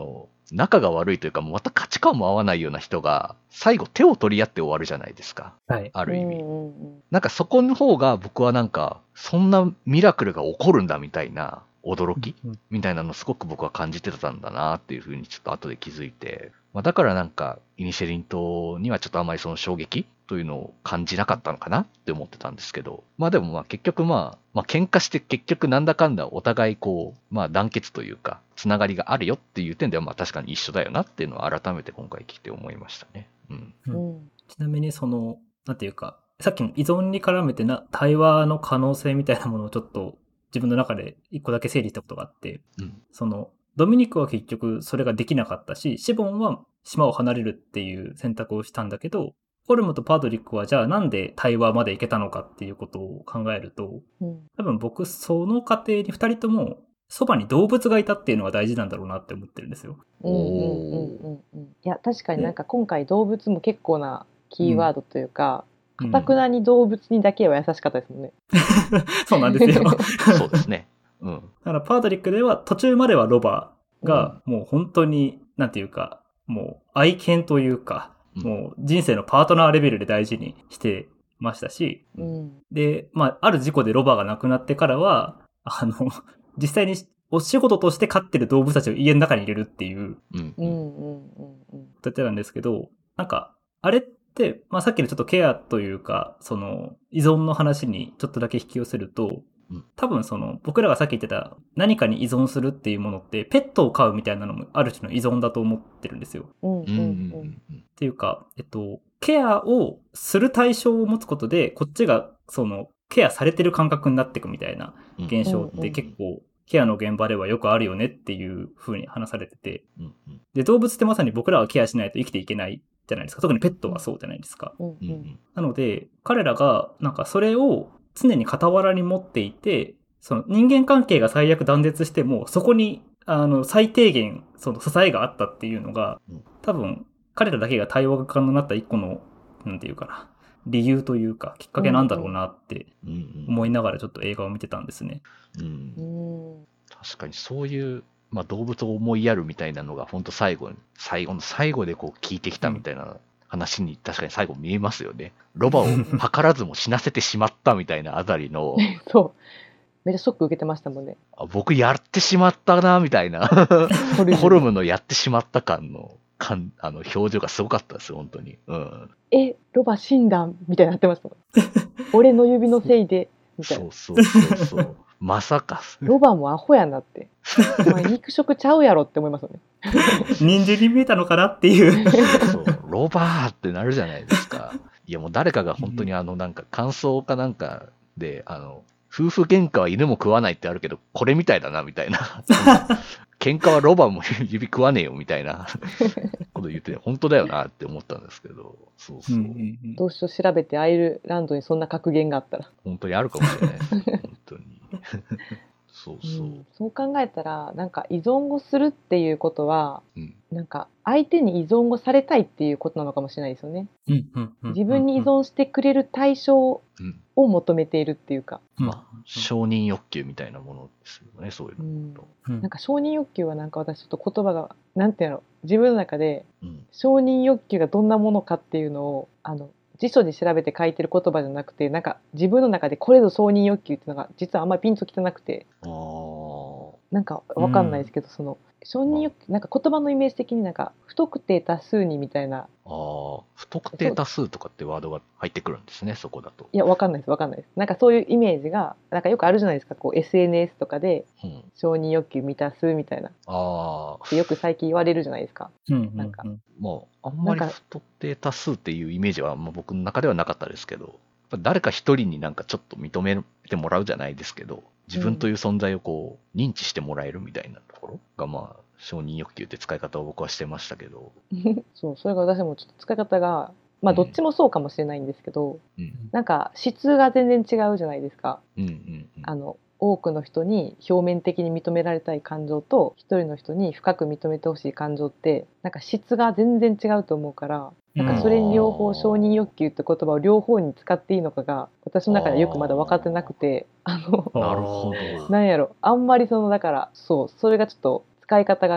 仲が悪いというか、また価値観も合わないような人が、最後手を取り合って終わるじゃないですか。 はい。 ある意味。なんかそこの方が僕はなんか、そんなミラクルが起こるんだみたいな驚きみたいなのすごく僕は感じてたんだなっていうふうにちょっと後で気づいて、だからなんか、イニシェリン島にはちょっとあまりその衝撃というのを感じなかったのかなって思ってたんですけど、でも結局喧嘩して結局なんだかんだお互いこう、団結というか、つながりがあるよっていう点では確かに一緒だよなっていうのを改めて今回聞いて思いましたね。 ちなみになんていうか、さっきの依存に絡めて対話の可能性みたいなものをちょっと自分の中で一個だけ整理したことがあって、ドミニクは結局それができなかったし、シボンは島を離れるっていう選択をしたんだけど、ホルムとパドリックはじゃあなんで対話まで行けたのかっていうことを考えると、多分僕その過程に二人ともそばに動物がいたっていうのが大事なんだろうなって思ってるんですよ。 いや確かになんか今回動物も結構なキーワードというか、堅くなに動物にだけは優しかったですもんね。 そうなんですよ。 そうですね。だからパードリックでは途中まではロバがもう本当に、なんていうか、もう愛犬というか、もう人生のパートナーレベルで大事にしてましたし、で、ある事故でロバが亡くなってからは、実際にお仕事として飼ってる動物たちを家の中に入れるっていう、だってなんですけど、なんか、あれって、さっきのちょっとケアというか、依存の話にちょっとだけ引き寄せると、多分僕らがさっき言ってた何かに依存するっていうものってペットを飼うみたいなのもある種の依存だと思ってるんですよ。っていうか、ケアをする対象を持つことでこっちがケアされてる感覚になっていくみたいな現象って結構ケアの現場ではよくあるよねっていう風に話されてて、で動物ってまさに僕らはケアしないと生きていけないじゃないですか。特にペットはそうじゃないですか。なので彼らがなんかそれを常に傍らに持っていて、人間関係が最悪断絶しても、そこに、最低限、支えがあったっていうのが、多分、彼らだけが対話が可能になった一個の、なんていうかな、理由というか、きっかけなんだろうなって思いながらちょっと映画を見てたんですね。 確かにそういう、動物を思いやるみたいなのが、本当最後の最後でこう聞いてきたみたいな、話に確かに最後見えますよね。ロバを図らずも死なせてしまったみたいなあたりのそうめっちゃショック受けてましたもんね。 僕やってしまったなみたいなホルムのやってしまった感の表情がすごかったですよ本当に。 ロバ死んだみたいになってましたもん俺の指のせいでみたいな。 そうまさかロバもアホやなってお前肉食ちゃうやろって思いますよね人参に見えたのかなっていうそうロバーってなるじゃないですか。いやもう誰かが本当になんか感想かなんかで夫婦喧嘩は犬も食わないってあるけどこれみたいだなみたいな喧嘩はロバも指食わねえよみたいなこと言って本当だよなって思ったんですけど、 どうしよう調べてアイルランドにそんな格言があったら本当にあるかもしれないです本当にそう考えたらなんか依存をするっていうことは、なんか相手に依存をされたいっていうことなのかもしれないですよね。自分に依存してくれる対象を求めているっていうか、 承認欲求みたいなものですよねそういうの、 なんか承認欲求はなんか私ちょっと言葉がなんていうの自分の中で、承認欲求がどんなものかっていうのを辞書で調べて書いてる言葉じゃなくてなんか自分の中でこれぞ承認欲求っていうのが実はあんまりピンときてなくて、なんかわかんないですけど、承認欲求なんか言葉のイメージ的になんか不特定多数にみたいな。 不特定多数とかってワードが入ってくるんですねそこだと。 いやわかんないですなんかそういうイメージがなんかよくあるじゃないですかこう SNS とかで、承認欲求満たすみたいなってよく最近言われるじゃないですか。なんかあんまり不特定多数っていうイメージは僕の中ではなかったですけど、誰か一人になんかちょっと認めてもらうじゃないですけど自分という存在をこう認知してもらえるみたいなところが承認欲求って使い方を僕はしてましたけどそれが私もちょっと使い方がどっちもそうかもしれないんですけど、なんか質が全然違うじゃないですか。多くの人に表面的に認められたい感情と一人の人に深く認めてほしい感情ってなんか質が全然違うと思うからなんかそれに両方承認欲求って言葉を両方に使っていいのかが私の中でよくまだ分かってなくてなるほどなんやろあんまりだからそれがちょっと使い方がね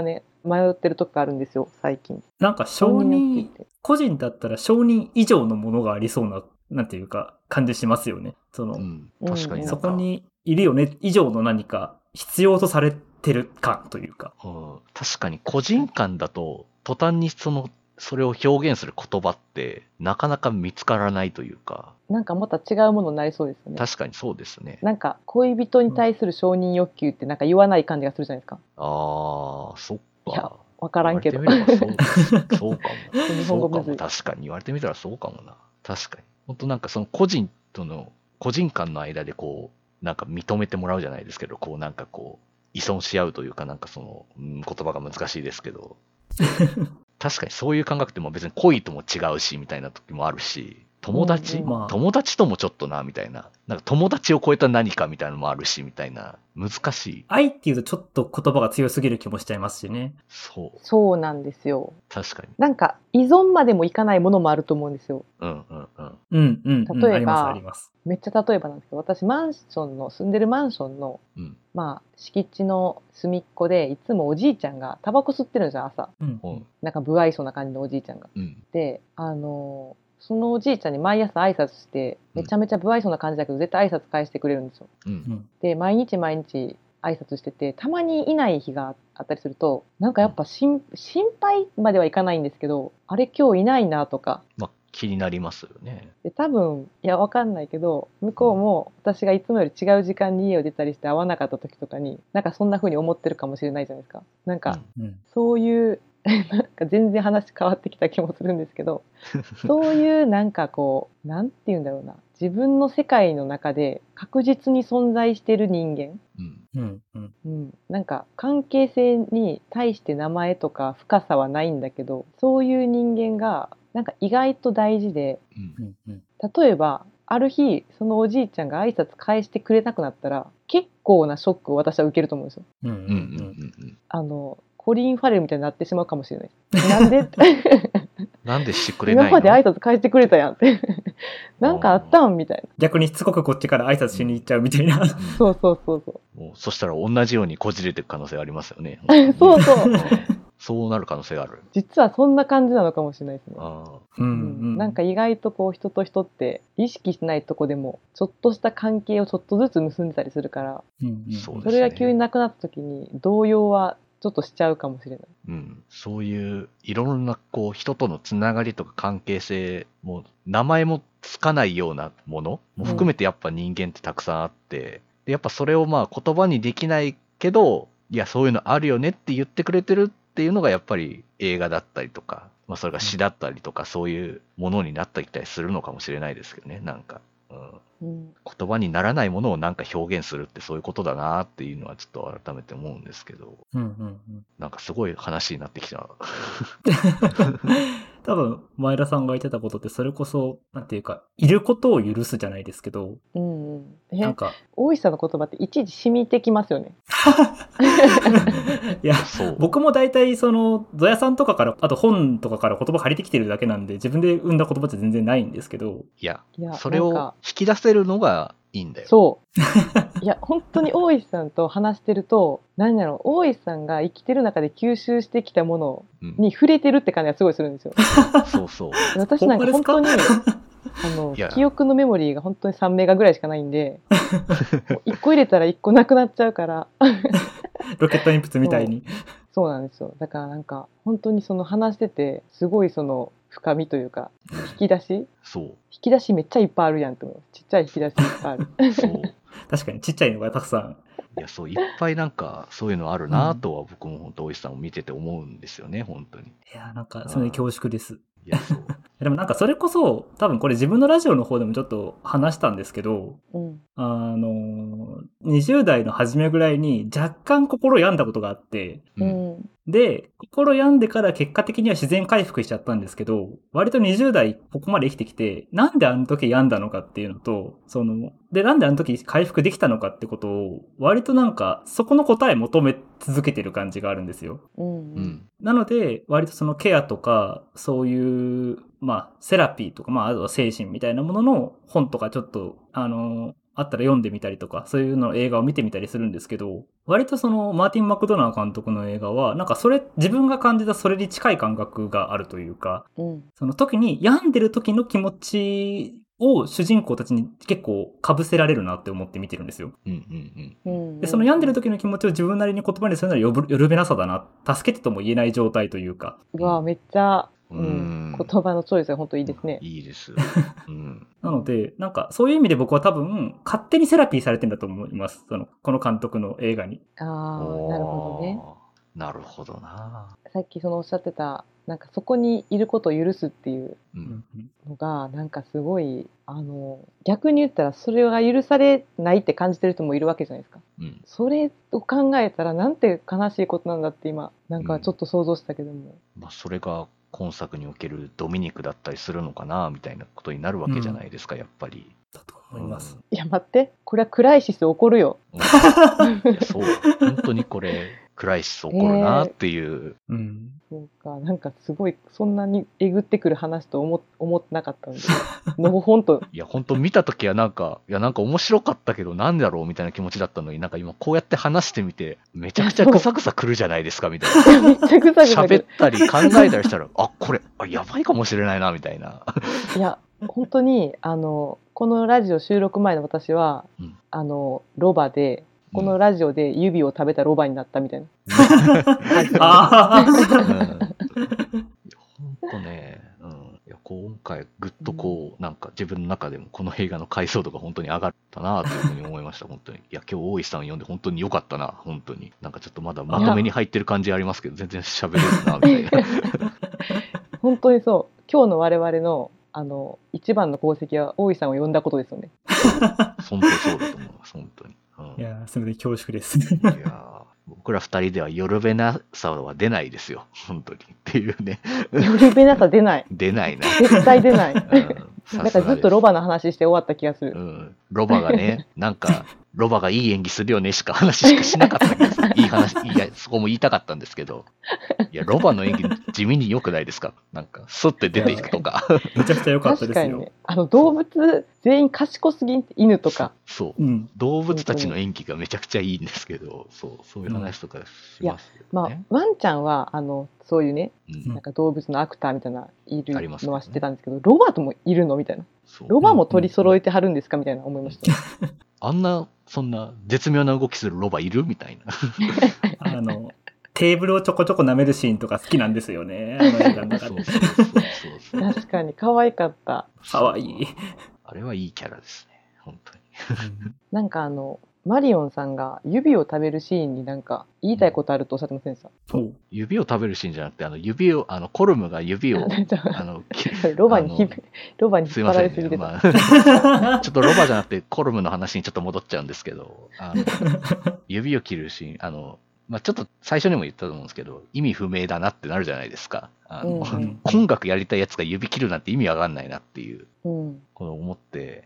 迷ってるとこあるんですよ、最近。 なんか承認、個人だったら承認以上のものがありそうな、なんていうか、感じしますよね。 確かにそこにいるよね、以上の何か必要とされてる感というか。 確かに個人間だと、途端にそれを表現する言葉って、なかなか見つからないというか。 なんかまた違うものになりそうですよね。 確かにそうですね。 なんか恋人に対する承認欲求ってなんか言わない感じがするじゃないですか。 そっか。 いや、わからんけど。 そうかも。 日本語むずい。 確かに言われてみたらそうかもな。確かに。本当なんかその個人間の間でこう、なんか認めてもらうじゃないですけど、こうなんかこう、依存し合うというか、なんか言葉が難しいですけど、確かにそういう感覚っても別に恋とも違うし、みたいな時もあるし、友達ともちょっとな、みたいな。なんか友達を超えた何かみたいなのもあるし、みたいな。難しい。 愛っていうとちょっと言葉が強すぎる気もしちゃいますしね。 そうなんですよ。 確かに。 なんか依存までもいかないものもあると思うんですよ。例えば、めっちゃ例えばなんですけど、私住んでるマンションの、敷地の隅っこでいつもおじいちゃんがタバコ吸ってるんですよ、朝。なんか不愛想な感じのおじいちゃんが。で、そのおじいちゃんに毎朝挨拶して、めちゃめちゃ不愛想な感じだけど絶対挨拶返してくれるんですよ。で、毎日挨拶してて、たまにいない日があったりすると、なんかやっぱ心配まではいかないんですけど、あれ今日いないなとか。 気になりますよね。 で、多分、わかんないけど、向こうも私がいつもより違う時間に家を出たりして会わなかった時とかに、なんかそんな風に思ってるかもしれないじゃないですか。なんか、そういう、なんか全然話変わってきた気もするんですけど、そういうなんかこう、なんて言うんだろうな、自分の世界の中で確実に存在してる人間、なんか関係性に対して名前とか深さはないんだけど、そういう人間がなんか意外と大事で、例えばある日そのおじいちゃんが挨拶返してくれなくなったら結構なショックを私は受けると思うんですよ。コリン・ファレルみたいになってしまうかもしれないです。なんでなんでしてくれないの？ 今まで挨拶返してくれたやんってなんかあったんみたいな。 逆にしつこくこっちから挨拶しに行っちゃうみたいな。 そうそしたら同じようにこじれていく可能性ありますよね。 そうそうなる可能性がある。 実はそんな感じなのかもしれないですね。なんか意外とこう人と人って意識しないとこでもちょっとした関係をちょっとずつ結んでたりするから、それが急になくなった時に動揺はちょっとしちゃうかもしれない。 そういういろんなこう人とのつながりとか関係性も名前もつかないようなものも含めてやっぱ人間ってたくさんあって、でやっぱそれを言葉にできないけど、いやそういうのあるよねって言ってくれてるっていうのがやっぱり映画だったりとか、それが詩だったりとかそういうものになってきたりするのかもしれないですけどね。なんか、言葉にならないものをなんか表現するってそういうことだなっていうのはちょっと改めて思うんですけど、なんかすごい話になってきた。 多分前田さんが言ってたことってそれこそなんていうかいることを許すじゃないですけど、 なんか大石さんの言葉っていちいち染みてきますよね。 いや僕も大体そのゾヤさんとかからあと本とかから言葉借りてきてるだけなんで自分で生んだ言葉って全然ないんですけど、 いやそれを引き出せるのがいいんだよ。 いや本当に大石さんと話してると何だろう、大石さんが生きてる中で吸収してきたものに触れてるって感じがすごいするんですよ。私なんか本当に記憶のメモリーが本当に3メガぐらいしかないんで1個入れたら1個なくなっちゃうからロケット鉛筆みたいに。 そうなんですよ。だからなんか本当にその話しててすごいその深みというか引き出しめっちゃいっぱいあるやんって思う。ちっちゃい引き出しいっぱいある。 確かにちっちゃいのがたくさん。 いやいっぱいなんかそういうのあるなとは僕も本当大石さんを見てて思うんですよね、本当に。 いやなんかそれで恐縮です。でもなんかそれこそ多分これ自分のラジオの方でもちょっと話したんですけど、20代の初めぐらいに若干心病んだことがあって、で心病んでから結果的には自然回復しちゃったんですけど、割と20代ここまで生きてきてなんであの時病んだのかっていうのと、なんであの時回復できたのかってことを割となんかそこの答え求め続けてる感じがあるんですよ。なので割とそのケアとかそういうセラピーとかあとは精神みたいなものの本とかちょっとあったら読んでみたりとか、そういうの映画を見てみたりするんですけど、割とそのマーティン・マクドナー監督の映画は、なんか自分が感じたそれに近い感覚があるというか、その時に病んでる時の気持ちを主人公たちに結構被せられるなって思って見てるんですよ。で、その病んでる時の気持ちを自分なりに言葉にするのはよるべなさだな。助けてとも言えない状態というか。 うわ、めっちゃ、言葉のチョイスが本当いいですね。 いいです。 なので、なんかそういう意味で僕は多分勝手にセラピーされてるんだと思います。この監督の映画に。 ああ、なるほどね。 なるほどな。 さっきおっしゃってた、なんかそこにいることを許すっていうのが、なんかすごい、逆に言ったらそれが許されないって感じてる人もいるわけじゃないですか。それを考えたらなんて悲しいことなんだって今、なんかちょっと想像したけども。 それが今作におけるドミニクだったりするのかなみたいなことになるわけじゃないですか、やっぱり。 だと思います。 いや待って、これはクライシス起こるよ。 そう、本当にこれクライシス起こるなっていう。 そうか、なんかすごいそんなにえぐってくる話と思ってなかったんで、のほんと。 いや本当見たときはなんか面白かったけどなんだろうみたいな気持ちだったのに、なんか今こうやって話してみてめちゃくちゃぐさぐさくるじゃないですかみたいな。 めっちゃぐさぐさ喋ったり考えたりしたらこれやばいかもしれないなみたいな。 いや本当にこのラジオ収録前の私は、ロバでこのラジオで指を食べたロバになったみたいな。 本当ね、いや今回ぐっとこう、なんか自分の中でもこの映画の解像度が本当に上がったなというふうに思いました本当に。いや今日大石さん読んで本当に良かったな本当に。なんかちょっとまだまとめに入ってる感じありますけど全然喋れるなみたいな。 本当にそう。今日の我々の一番の功績は大石さんを呼んだことですよね。 本当にそうだと思います本当に。 いやすみません恐縮です。 いや僕ら二人ではよるべなさは出ないですよ本当にっていうね。 よるべなさ出ない。 出ないな。 絶対出ない。なんかずっとロバの話して終わった気がする。 ロバがね、なんかロバがいい演技するよねしか話しかしなかったけど、いい話、いやそこも言いたかったんですけど、いやロバの演技地味に良くないですか？なんかスッて出ていくとか。 めちゃくちゃ良かったですよ。確かにね、動物全員賢すぎんって犬とか。 そう、動物たちの演技がめちゃくちゃいいんですけど、そういう話とかしますよね。 まあワンちゃんはそういうね、なんか動物のアクターみたいないるのは知ってたんですけど、ロバともいるのみたいな。ロバも取り揃えてはるんですかみたいな思いました。 そんな絶妙な動きするロバいるみたいな。 テーブルをちょこちょこ舐めるシーンとか好きなんですよね。 確かに可愛かった。 可愛い。 あれはいいキャラですね本当に。 なんかマリオンさんが指を食べるシーンになんか言いたいことあるとおっしゃってませんでした？ 指を食べるシーンじゃなくてコルムが指をロバに引っ張られすぎてた。 ちょっとロバじゃなくてコルムの話にちょっと戻っちゃうんですけど、指を切るシーンちょっと最初にも言ったと思うんですけど意味不明だなってなるじゃないですか。音楽やりたいやつが指切るなんて意味わかんないなっていう、この思って、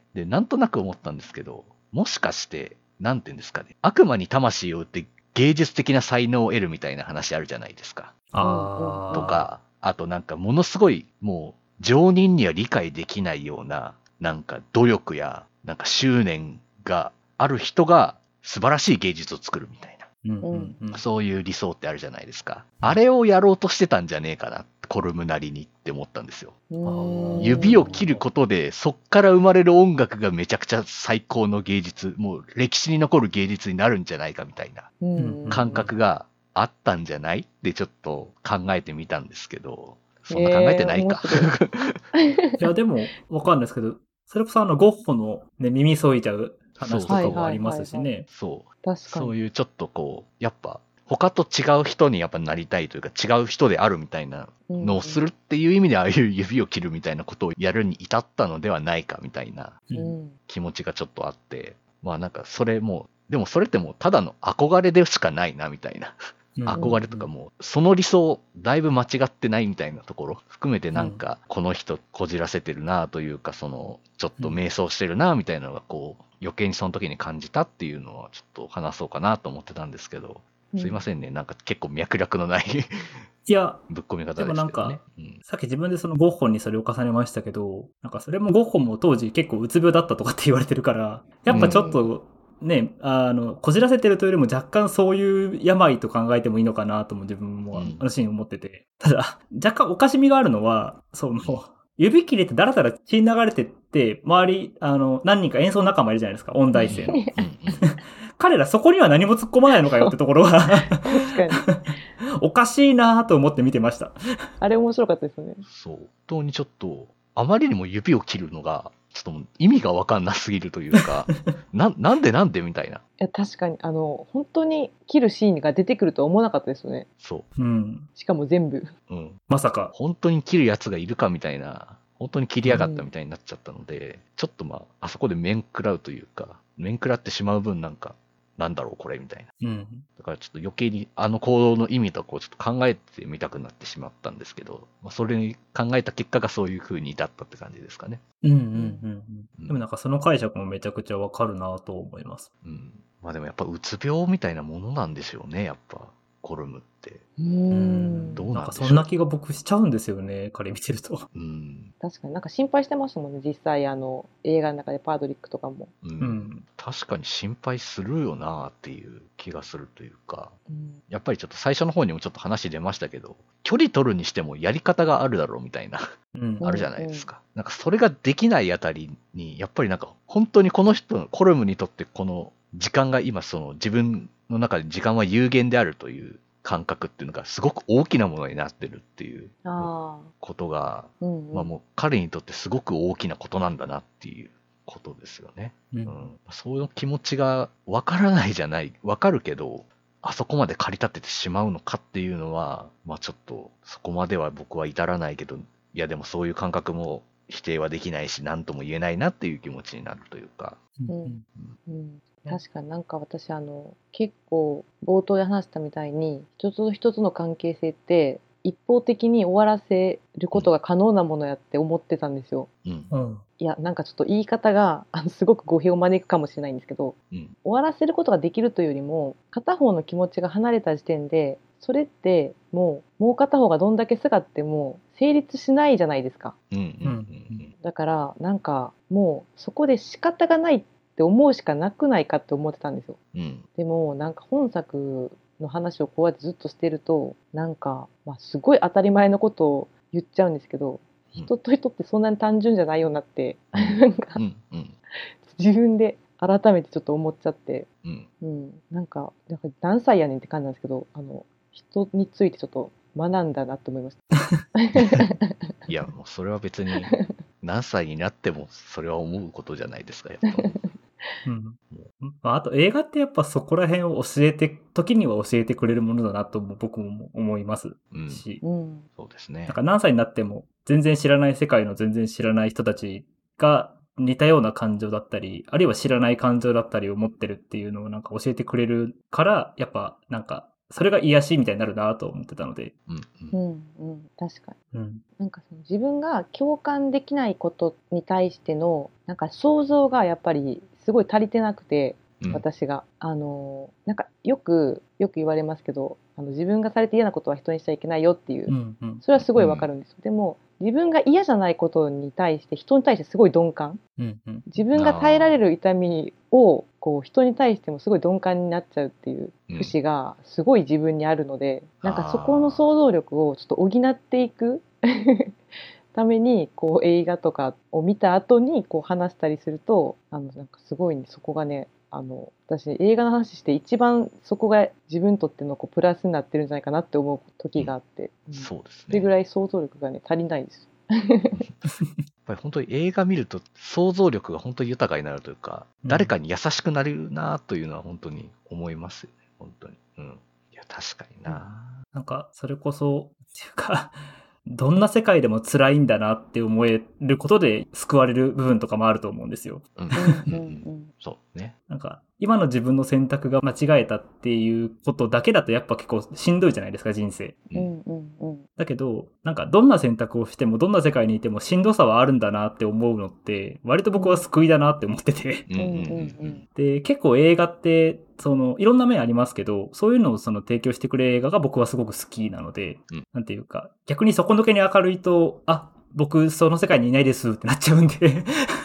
でなんとなく思ったんですけど、もしかしてなんていうんですかね、悪魔に魂を売って芸術的な才能を得るみたいな話あるじゃないですか。とか、あとなんかものすごいもう常人には理解できないようななんか努力やなんか執念がある人が素晴らしい芸術を作るみたいな、そういう理想ってあるじゃないですか。あれをやろうとしてたんじゃねえかな、コルムなりにって思ったんですよ。指を切ることでそっから生まれる音楽がめちゃくちゃ最高の芸術、もう歴史に残る芸術になるんじゃないかみたいな感覚があったんじゃないってちょっと考えてみたんですけど、そんな考えてないか。 いやでもわかんないですけど、それこそゴッホの、ね、耳そいちゃう話とかもありますしね。 そういうちょっとこうやっぱ他と違う人にやっぱなりたいというか違う人であるみたいなのをするっていう意味でああいう指を切るみたいなことをやるに至ったのではないかみたいな気持ちがちょっとあって、なんかそれもでもそれってもうただの憧れでしかないなみたいな。憧れとかもその理想だいぶ間違ってないみたいなところ含めてなんかこの人こじらせてるなというか、そのちょっと迷走してるなみたいなのがこう余計にその時に感じたっていうのはちょっと話そうかなと思ってたんですけど、 すいませんね。なんか結構脈絡のないいや、 ぶっ込み方でですもなんかけどね。 さっき自分でそのゴッホにそれを重ねましたけど、なんかそれもゴッホも当時結構うつ病だったとかって言われてるから、やっぱちょっとね、こじらせてるというよりも若干そういう病と考えてもいいのかなとも自分もあのシーン思ってて。ただ、若干おかしみがあるのは、指切れてダラダラ血流れてって、周り、何人か演奏仲間いるじゃないですか、音大生の。彼らそこには何も突っ込まないのかよってところは確かに。 おかしいなと思って見てました。 あれ面白かったですよね。 そう。本当にちょっと、あまりにも指を切るのが、ちょっともう意味がわかんなすぎるというか、なんでみたいな。 いや、確かに、本当に切るシーンが出てくるとは思わなかったですよね。 そうん。 しかも全部。 う。うん。 まさか。 本当に切るやつがいるかみたいな、本当に切りやがったみたいになっちゃったので、ちょっとあそこで面食らうというか、面食らってしまう分なんか、なんだろうこれみたいな。 うん。 だからちょっと余計にあの行動の意味とかをちょっと考えてみたくなってしまったんですけど、それに考えた結果がそういう風に至ったって感じですかね。 うんうんうんうん。でもなんかその解釈もめちゃくちゃわかるなと思います。 うん。でもやっぱうつ病みたいなものなんでしょうね、やっぱ。コルムって。 どうなんでしょう。 なんかそんな気が僕しちゃうんですよね、彼見てると。 うん。 確かになんか心配してましたもんね、実際映画の中でパードリックとかも。 確かに心配するよなっていう気がするというか、 うん、 やっぱりちょっと最初の方にもちょっと話出ましたけど、距離取るにしてもやり方があるだろうみたいな、あるじゃないですか。なんかそれができないあたりに、やっぱりなんか本当にこの人、コルムにとってこの時間が今その自分の中で時間は有限であるという感覚っていうのがすごく大きなものになってるっていうことが、もう彼にとってすごく大きなことなんだなっていうことですよね。そういう気持ちがわからないじゃない、わかるけど、あそこまで駆り立ててしまうのかっていうのは、ちょっとそこまでは僕は至らないけど、いやでもそういう感覚も否定はできないし、何とも言えないなっていう気持ちになるというか。 確かになんか私結構冒頭で話したみたいに一つと一つの関係性って一方的に終わらせることが可能なものやって思ってたんですよ。いやなんかちょっと言い方がすごく語弊を招くかもしれないんですけど、終わらせることができるというよりも片方の気持ちが離れた時点でそれってもう片方がどんだけすがっても成立しないじゃないですか。だからなんかもうそこで仕方がないって思うしかなくないかって思ってたんですよ。でもなんか本作の話をこうやってずっとしてるとなんか、すごい当たり前のことを言っちゃうんですけど、人と人ってそんなに単純じゃないようになってなんか自分で改めてちょっと思っちゃって、なんか何歳やねんって感じなんですけど人についてちょっと学んだなと思いました。 いやもうそれは別に何歳になってもそれは思うことじゃないですかやっぱ。 あと映画ってやっぱそこら辺を時には教えてくれるものだなと僕も思いますし、 そうですね。 なんか何歳になっても全然知らない世界の全然知らない人たちが似たような感情だったり、あるいは知らない感情だったりを持ってるっていうのをなんか教えてくれるから、やっぱなんかそれが癒しみたいになるなと思ってたので。 確かに。なんか自分が共感できないことに対してのなんか想像がやっぱりすごい足りてなくて、私がなんかよく言われますけど自分がされて嫌なことは人にしちゃいけないよっていう、それはすごいわかるんですよ。でも自分が嫌じゃないことに対して人に対してすごい鈍感、自分が耐えられる痛みをこう人に対してもすごい鈍感になっちゃうっていう節がすごい自分にあるので、なんかそこの想像力をちょっと補っていくためにこう映画とかを見た後にこう話したりするとなんかすごい、そこがね私映画の話して一番そこが自分にとってのこうプラスになってるんじゃないかなって思う時があって、 そうですね。 それぐらい想像力がね足りないです。 やっぱり本当に映画見ると想像力が本当に豊かになるというか、誰かに優しくなれるなというのは本当に思いますよね。本当に。いや確かにな。 なんかそれこそっていうか。どんな世界でも辛いんだなって思えることで救われる部分とかもあると思うんですよ。 そうね。 なんか今の自分の選択が間違えたっていうことだけだとやっぱ結構しんどいじゃないですか、人生。だけどなんかどんな選択をしてもどんな世界にいてもしんどさはあるんだなって思うのって割と僕は救いだなって思っててで結構映画っていろんな面ありますけど、そういうのを提供してくれる映画が僕はすごく好きなので、なんていうか、逆に底抜けに明るいと、僕その世界にいないですってなっちゃうんで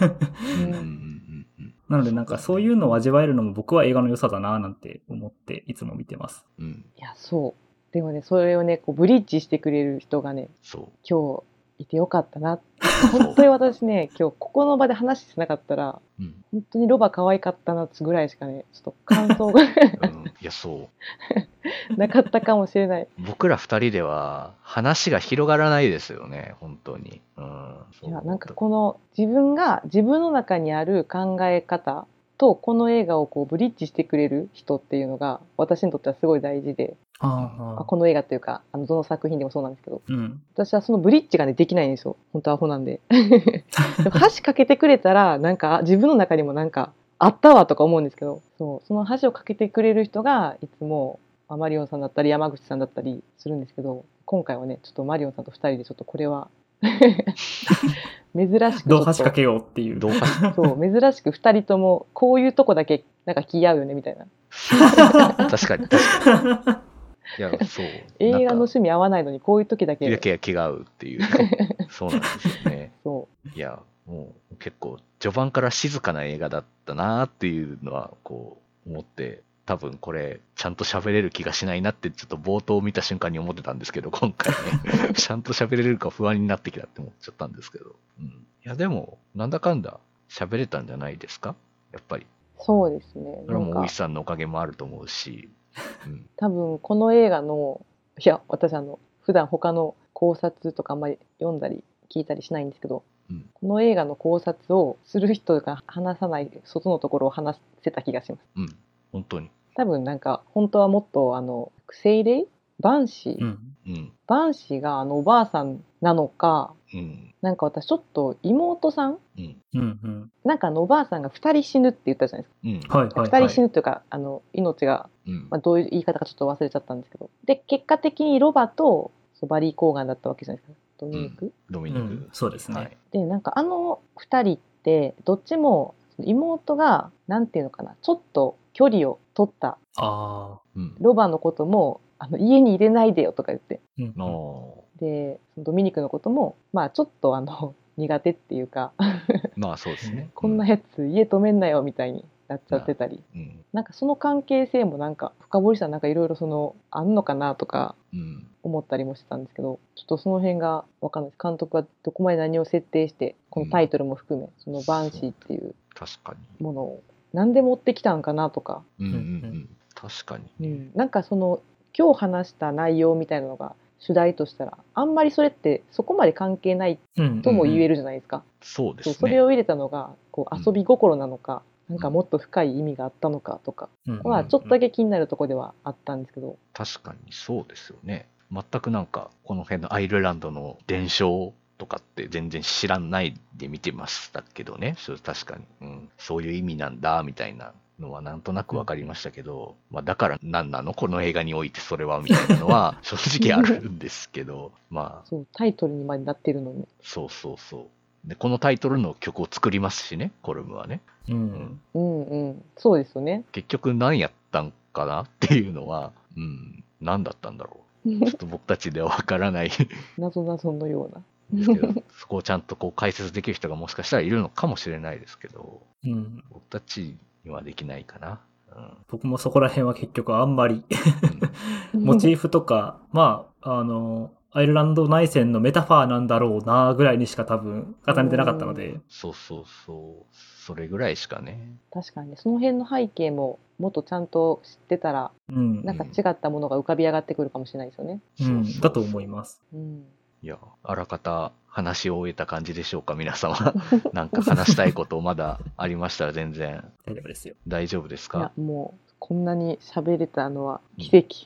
なのでなんかそういうのを味わえるのも僕は映画の良さだななんて思っていつも見てます。 いや、そう。でもね、それをね、こうブリッジしてくれる人がね、今日いてよかったな。本当に私ね、今日ここの場で話してなかったら、本当にロバ可愛かったなぐらいしかね、ちょっと感想が、 いや、そうなかったかもしれない。 僕ら二人では話が広がらないですよね、本当に。 いや、なんかこの自分の中にある考え方とこの映画をこうブリッジしてくれる人っていうのが私にとってはすごい大事で、この映画というかどの作品でもそうなんですけど、私はそのブリッジがねできないんですよ。本当アホなんで。でも箸かけてくれたらなんか自分の中にもなんかあったわとか思うんですけど、その箸をかけてくれる人がいつもマリオンさんだったり山口さんだったりするんですけど、今回はねちょっとマリオンさんと2人でちょっとこれは珍しく同箸かけようっていう。 そう珍しく2人ともこういうとこだけなんか気合うよねみたいな。 確かに。いや、そう。 映画の趣味合わないのにこういう時だけ気が合うっていう。そうなんですよね。いや、もう結構序盤から静かな映画だったなっていうのはこう思って、多分これちゃんと喋れる気がしないなってちょっと冒頭見た瞬間に思ってたんですけど、今回ねちゃんと喋れるか不安になってきたって思っちゃったんですけど、いやでもなんだかんだ喋れたんじゃないですか、やっぱり。 そうですね。 それも大石さんのおかげもあると思うし、 多分この映画の、いや私普段他の考察とかあんまり読んだり聞いたりしないんですけど、この映画の考察をする人が話さない外のところを話せた気がします。 本当に。 多分なんか本当はもっと精霊バンシー、バンシーがおばあさんなのか、なんか私ちょっと妹さん、なんかおばあさんが2人死ぬって言ったじゃないですか。2人死ぬというか命が、どういう言い方かちょっと忘れちゃったんですけど、で結果的にロバとバリー・コーガンだったわけじゃないですか。ドミニク、 そうですね。 でなんか2人ってどっちも妹がなんていうのかな、ちょっと距離を取った。ロバのことも家に入れないでよとか言って、でドミニクのこともちょっと苦手っていうかそうですね、 こんなやつ家止めんなよみたいになっちゃってたり、なんかその関係性もなんか深掘りしたらなんかいろいろあんのかなとか思ったりもしてたんですけど、ちょっとその辺が分かんないです。監督はどこまで何を設定してこのタイトルも含めそのバンシーっていうものを何で持ってきたんかなとか、 確かに、 なんか今日話した内容みたいなのが主題としたらあんまりそれってそこまで関係ないとも言えるじゃないですか。 そうですね。 それを入れたのがこう遊び心なのか、なんかもっと深い意味があったのかとかはちょっとだけ気になるところではあったんですけど、 確かにそうですよね。全くなんかこの辺のアイルランドの伝承とかって全然知らないで見てましたけどね。確かに、そういう意味なんだみたいなのはなんとなく分かりましたけど、だから何なのこの映画においてそれはみたいなのは正直あるんですけどそうタイトルにまでなってるのに、 そうでこのタイトルの曲を作りますしね、コルムはね。 そうですよね。 結局何やったんかなっていうのは、何だったんだろう。ちょっと僕たちでは分からない謎のようなですけど、そこをちゃんとこう解説できる人がもしかしたらいるのかもしれないですけど、僕たちにはできないかな。 僕もそこら辺は結局あんまりモチーフとかアイルランド内戦のメタファーなんだろうなぐらいにしか多分重ねてなかったので、 それぐらいしかね。 確かにその辺の背景ももっとちゃんと知ってたら、なんか違ったものが浮かび上がってくるかもしれないですよね。 だと思います。 いや、あらかた話を終えた感じでしょうか、皆様。なんか話したいことまだありましたら全然大丈夫ですよ。 大丈夫ですか？ いや、もうこんなに喋れたのは奇跡。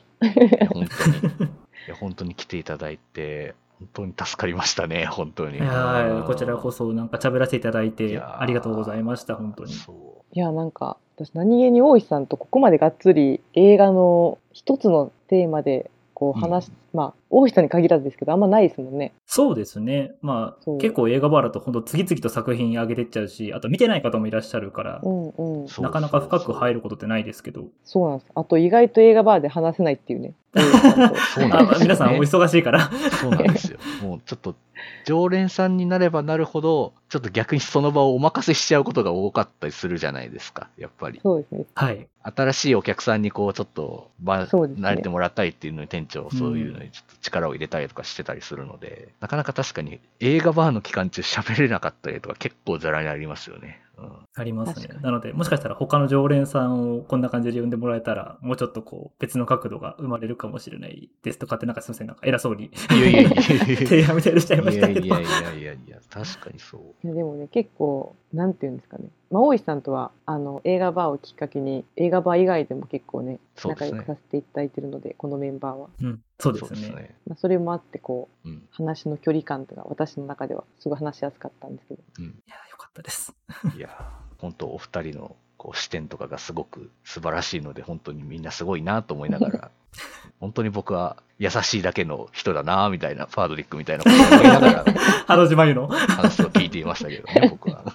本当に来ていただいて本当に助かりましたね、本当に。 こちらこそなんか喋らせていただいてありがとうございました、本当に。 いや、なんか私何気に大石さんとここまでがっつり映画の一つのテーマでこう話大石さんに限らずですけどあんまないですもんね。 そうですね。結構映画バーだと本当次々と作品上げてっちゃうし、あと見てない方もいらっしゃるから、なかなか深く入ることってないですけど。 そうなんです。あと意外と映画バーで話せないっていうね。 そうなんですよね。 皆さんお忙しいから。 そうなんですよ。もうちょっと常連さんになればなるほど、ちょっと逆にその場をお任せしちゃうことが多かったりするじゃないですか、やっぱり。 そうですね。 はい。 新しいお客さんにこうちょっと慣れてもらったりっていうのに店長そういうのにちょっと力を入れたりとかしてたりするので、なかなか確かに映画バーの期間中喋れなかったりとか結構ざらにありますよね。 ありますね。なのでもしかしたら他の常連さんをこんな感じで呼んでもらえたらもうちょっとこう別の角度が生まれるかもしれないですとかって、なんかすいません、なんか偉そうに提案みたいにしちゃいましたけど。 いや確かにそう。 いやでもね、結構なんていうんですかね、大石さんとは映画バーをきっかけに映画バー以外でも結構ね仲良くさせていただいてるので、このメンバーは、 そうですね。 それもあってこう、話の距離感とか私の中ではすごい話しやすかったんですけど、 いやよかったです。 いや本当お二人のこう視点とかがすごく素晴らしいので、本当にみんなすごいなと思いながら本当に僕は優しいだけの人だなみたいな、パードリックみたいなことを思いながら花島湯の話を聞いていましたけどね僕は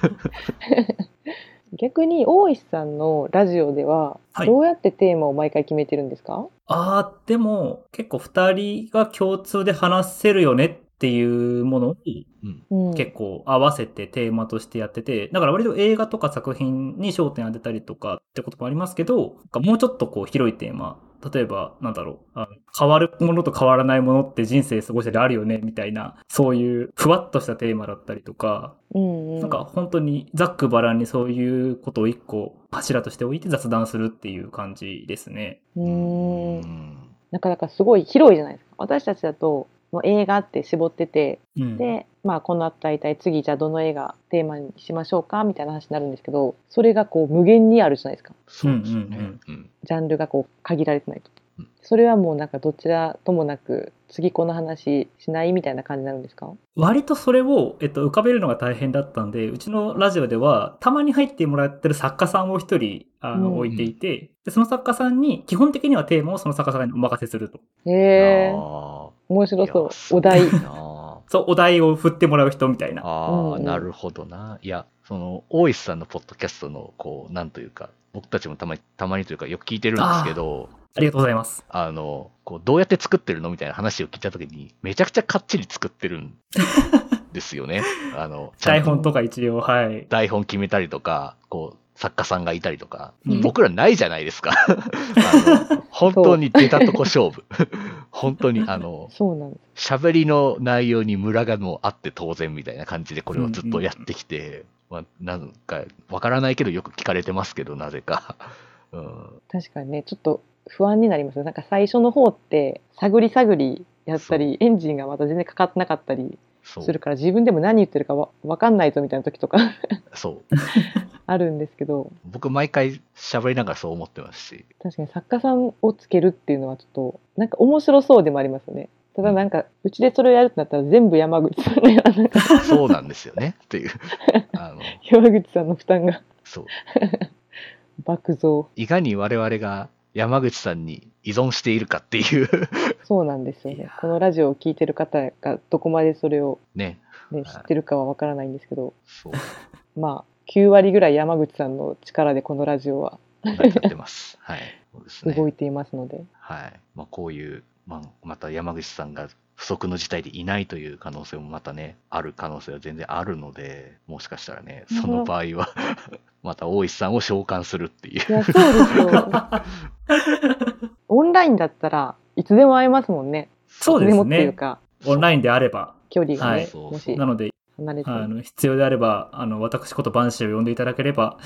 逆に大石さんのラジオではどうやってテーマを毎回決めてるんですか？ でも結構2人が共通で話せるよねっていうものに結構合わせてテーマとしてやってて、だから割と映画とか作品に焦点当てたりとかってこともありますけど、もうちょっとこう広いテーマ、例えば変わるものと変わらないものって人生過ごしてであるよねみたいな、そういうふわっとしたテーマだったりとか、なんか本当にざっくばらんにそういうことを一個柱としておいて雑談するっていう感じですね。 なかなかすごい広いじゃないですか。私たちだと映画って絞ってて、でこの後大体次じゃあどの映画テーマにしましょうかみたいな話になるんですけど、それがこう無限にあるじゃないですか。 そうですね。 ジャンルがこう限られてないと。それはもうなんかどちらともなく次この話しないみたいな感じになるんですか？ 割とそれを、浮かべるのが大変だったんで、うちのラジオではたまに入ってもらってる作家さんを一人置いていて、でその作家さんに基本的にはテーマをその作家さんにお任せすると。 へー、面白そう。お題そう、お題を振ってもらう人みたいな。 なるほどな。いや、その大石さんのポッドキャストのこうなんというか、僕たちもたまにというかよく聞いてるんですけど、 ありがとうございます。 こうどうやって作ってるのみたいな話を聞いたときに、めちゃくちゃかっちり作ってるんですよね。 台本とか一応、はい。 台本決めたりとか、こう作家さんがいたりとか、僕らないじゃないですか。本当に出たとこ勝負。本当に喋りの内容にムラがもうあって当然みたいな感じでこれをずっとやってきて、なんかわからないけどよく聞かれてますけど、なぜか。 確かにね、ちょっと不安になりますね。なんか最初の方って探りやったり、エンジンがまた全然かかってなかったりするから、自分でも何言ってるかわかんないぞみたいな時とかあるんですけど、 僕毎回喋りながらそう思ってますし、 確かに作家さんをつけるっていうのはちょっとなんか面白そうでもありますよね。ただなんかうちでそれをやるってなったら全部山口さんのようなそうなんですよねっていう山口さんの負担がそう爆増。 いかに我々が山口さんに依存しているかっていうそうなんですよね。このラジオを聞いてる方がどこまでそれを、ね知ってるかはわからないんですけど、9割ぐらい山口さんの力でこのラジオは成り立ってます。はい、そうですね、 動いていますので、 はい、こういう、また山口さんが不測の事態でいないという可能性もまたね、ある可能性は全然あるので、もしかしたらね、その場合はまた大石さんを召喚するっていう。 いや、そうですよ。オンラインだったらいつでも会えますもんね。 そうですね。いつでもっていうか、 オンラインであれば距離がね、もしなので離れて必要であれば私ことバンシーを呼んでいただければ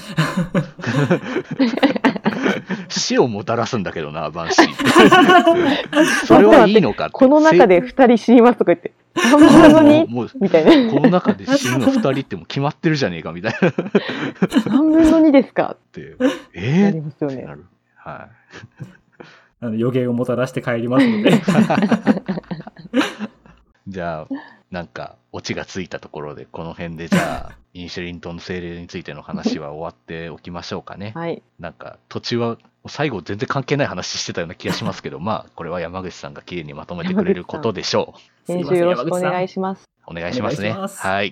死をもたらすんだけどな、バンシーそれはいいのかって。 この中で2人死にますとか言って3分の2みたいな、 この中で死ぬの2人ってもう決まってるじゃねえかみたいな 3分の2ですかってなりますよね。 はい、 予言をもたらして帰りますのでじゃあなんかオチがついたところでこの辺でじゃあインシュリン島の精霊についての話は終わっておきましょうかね。 はい。 なんか途中は最後全然関係ない話してたような気がしますけど、まあ、これは山口さんが綺麗にまとめてくれることでしょう。編集よろしくお願いします。 お願いしますね。はい。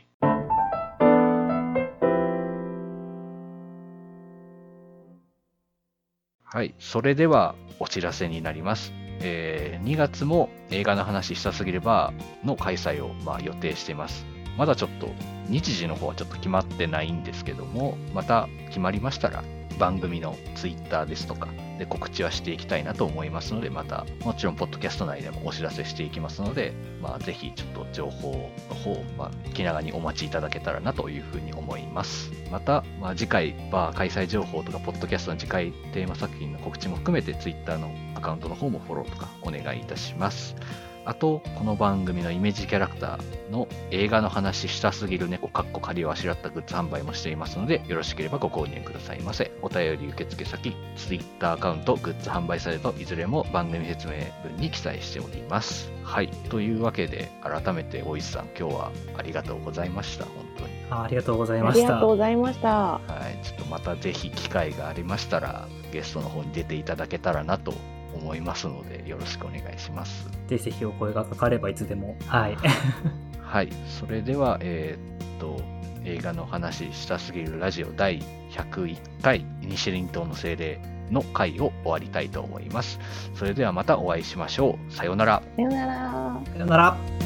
はい。それでは、お知らせになります。2月も映画の話したすぎるバーの開催を予定しています。まだちょっと日時の方はちょっと決まってないんですけども、また決まりましたら番組のツイッターですとかで告知はしていきたいなと思いますので、またもちろんポッドキャスト内でもお知らせしていきますので、ぜひちょっと情報の方、気長にお待ちいただけたらなというふうに思います。また、次回バー開催情報とかポッドキャストの次回テーマ作品の告知も含めてツイッターのアカウントの方もフォローとかお願いいたします。あと、この番組のイメージキャラクターの映画の話したすぎる猫仮をあしらったグッズ販売もしていますので、よろしければご購入くださいませ。お便り受付先、Twitter アカウント、グッズ販売サイト、いずれも番組説明文に記載しております。はい。というわけで、改めて大石さん、今日はありがとうございました。本当に。 ありがとうございました。 ありがとうございました。 はい。ちょっとまたぜひ機会がありましたら、ゲストの方に出ていただけたらなと思いますので、よろしくお願いします。 ぜひお声がかかればいつでも。はい。 はい。それでは、映画の話したすぎるラジオ第101回イニシリン島の精霊の回を終わりたいと思います。それではまたお会いしましょう。さようなら。 さようなら。 さようなら。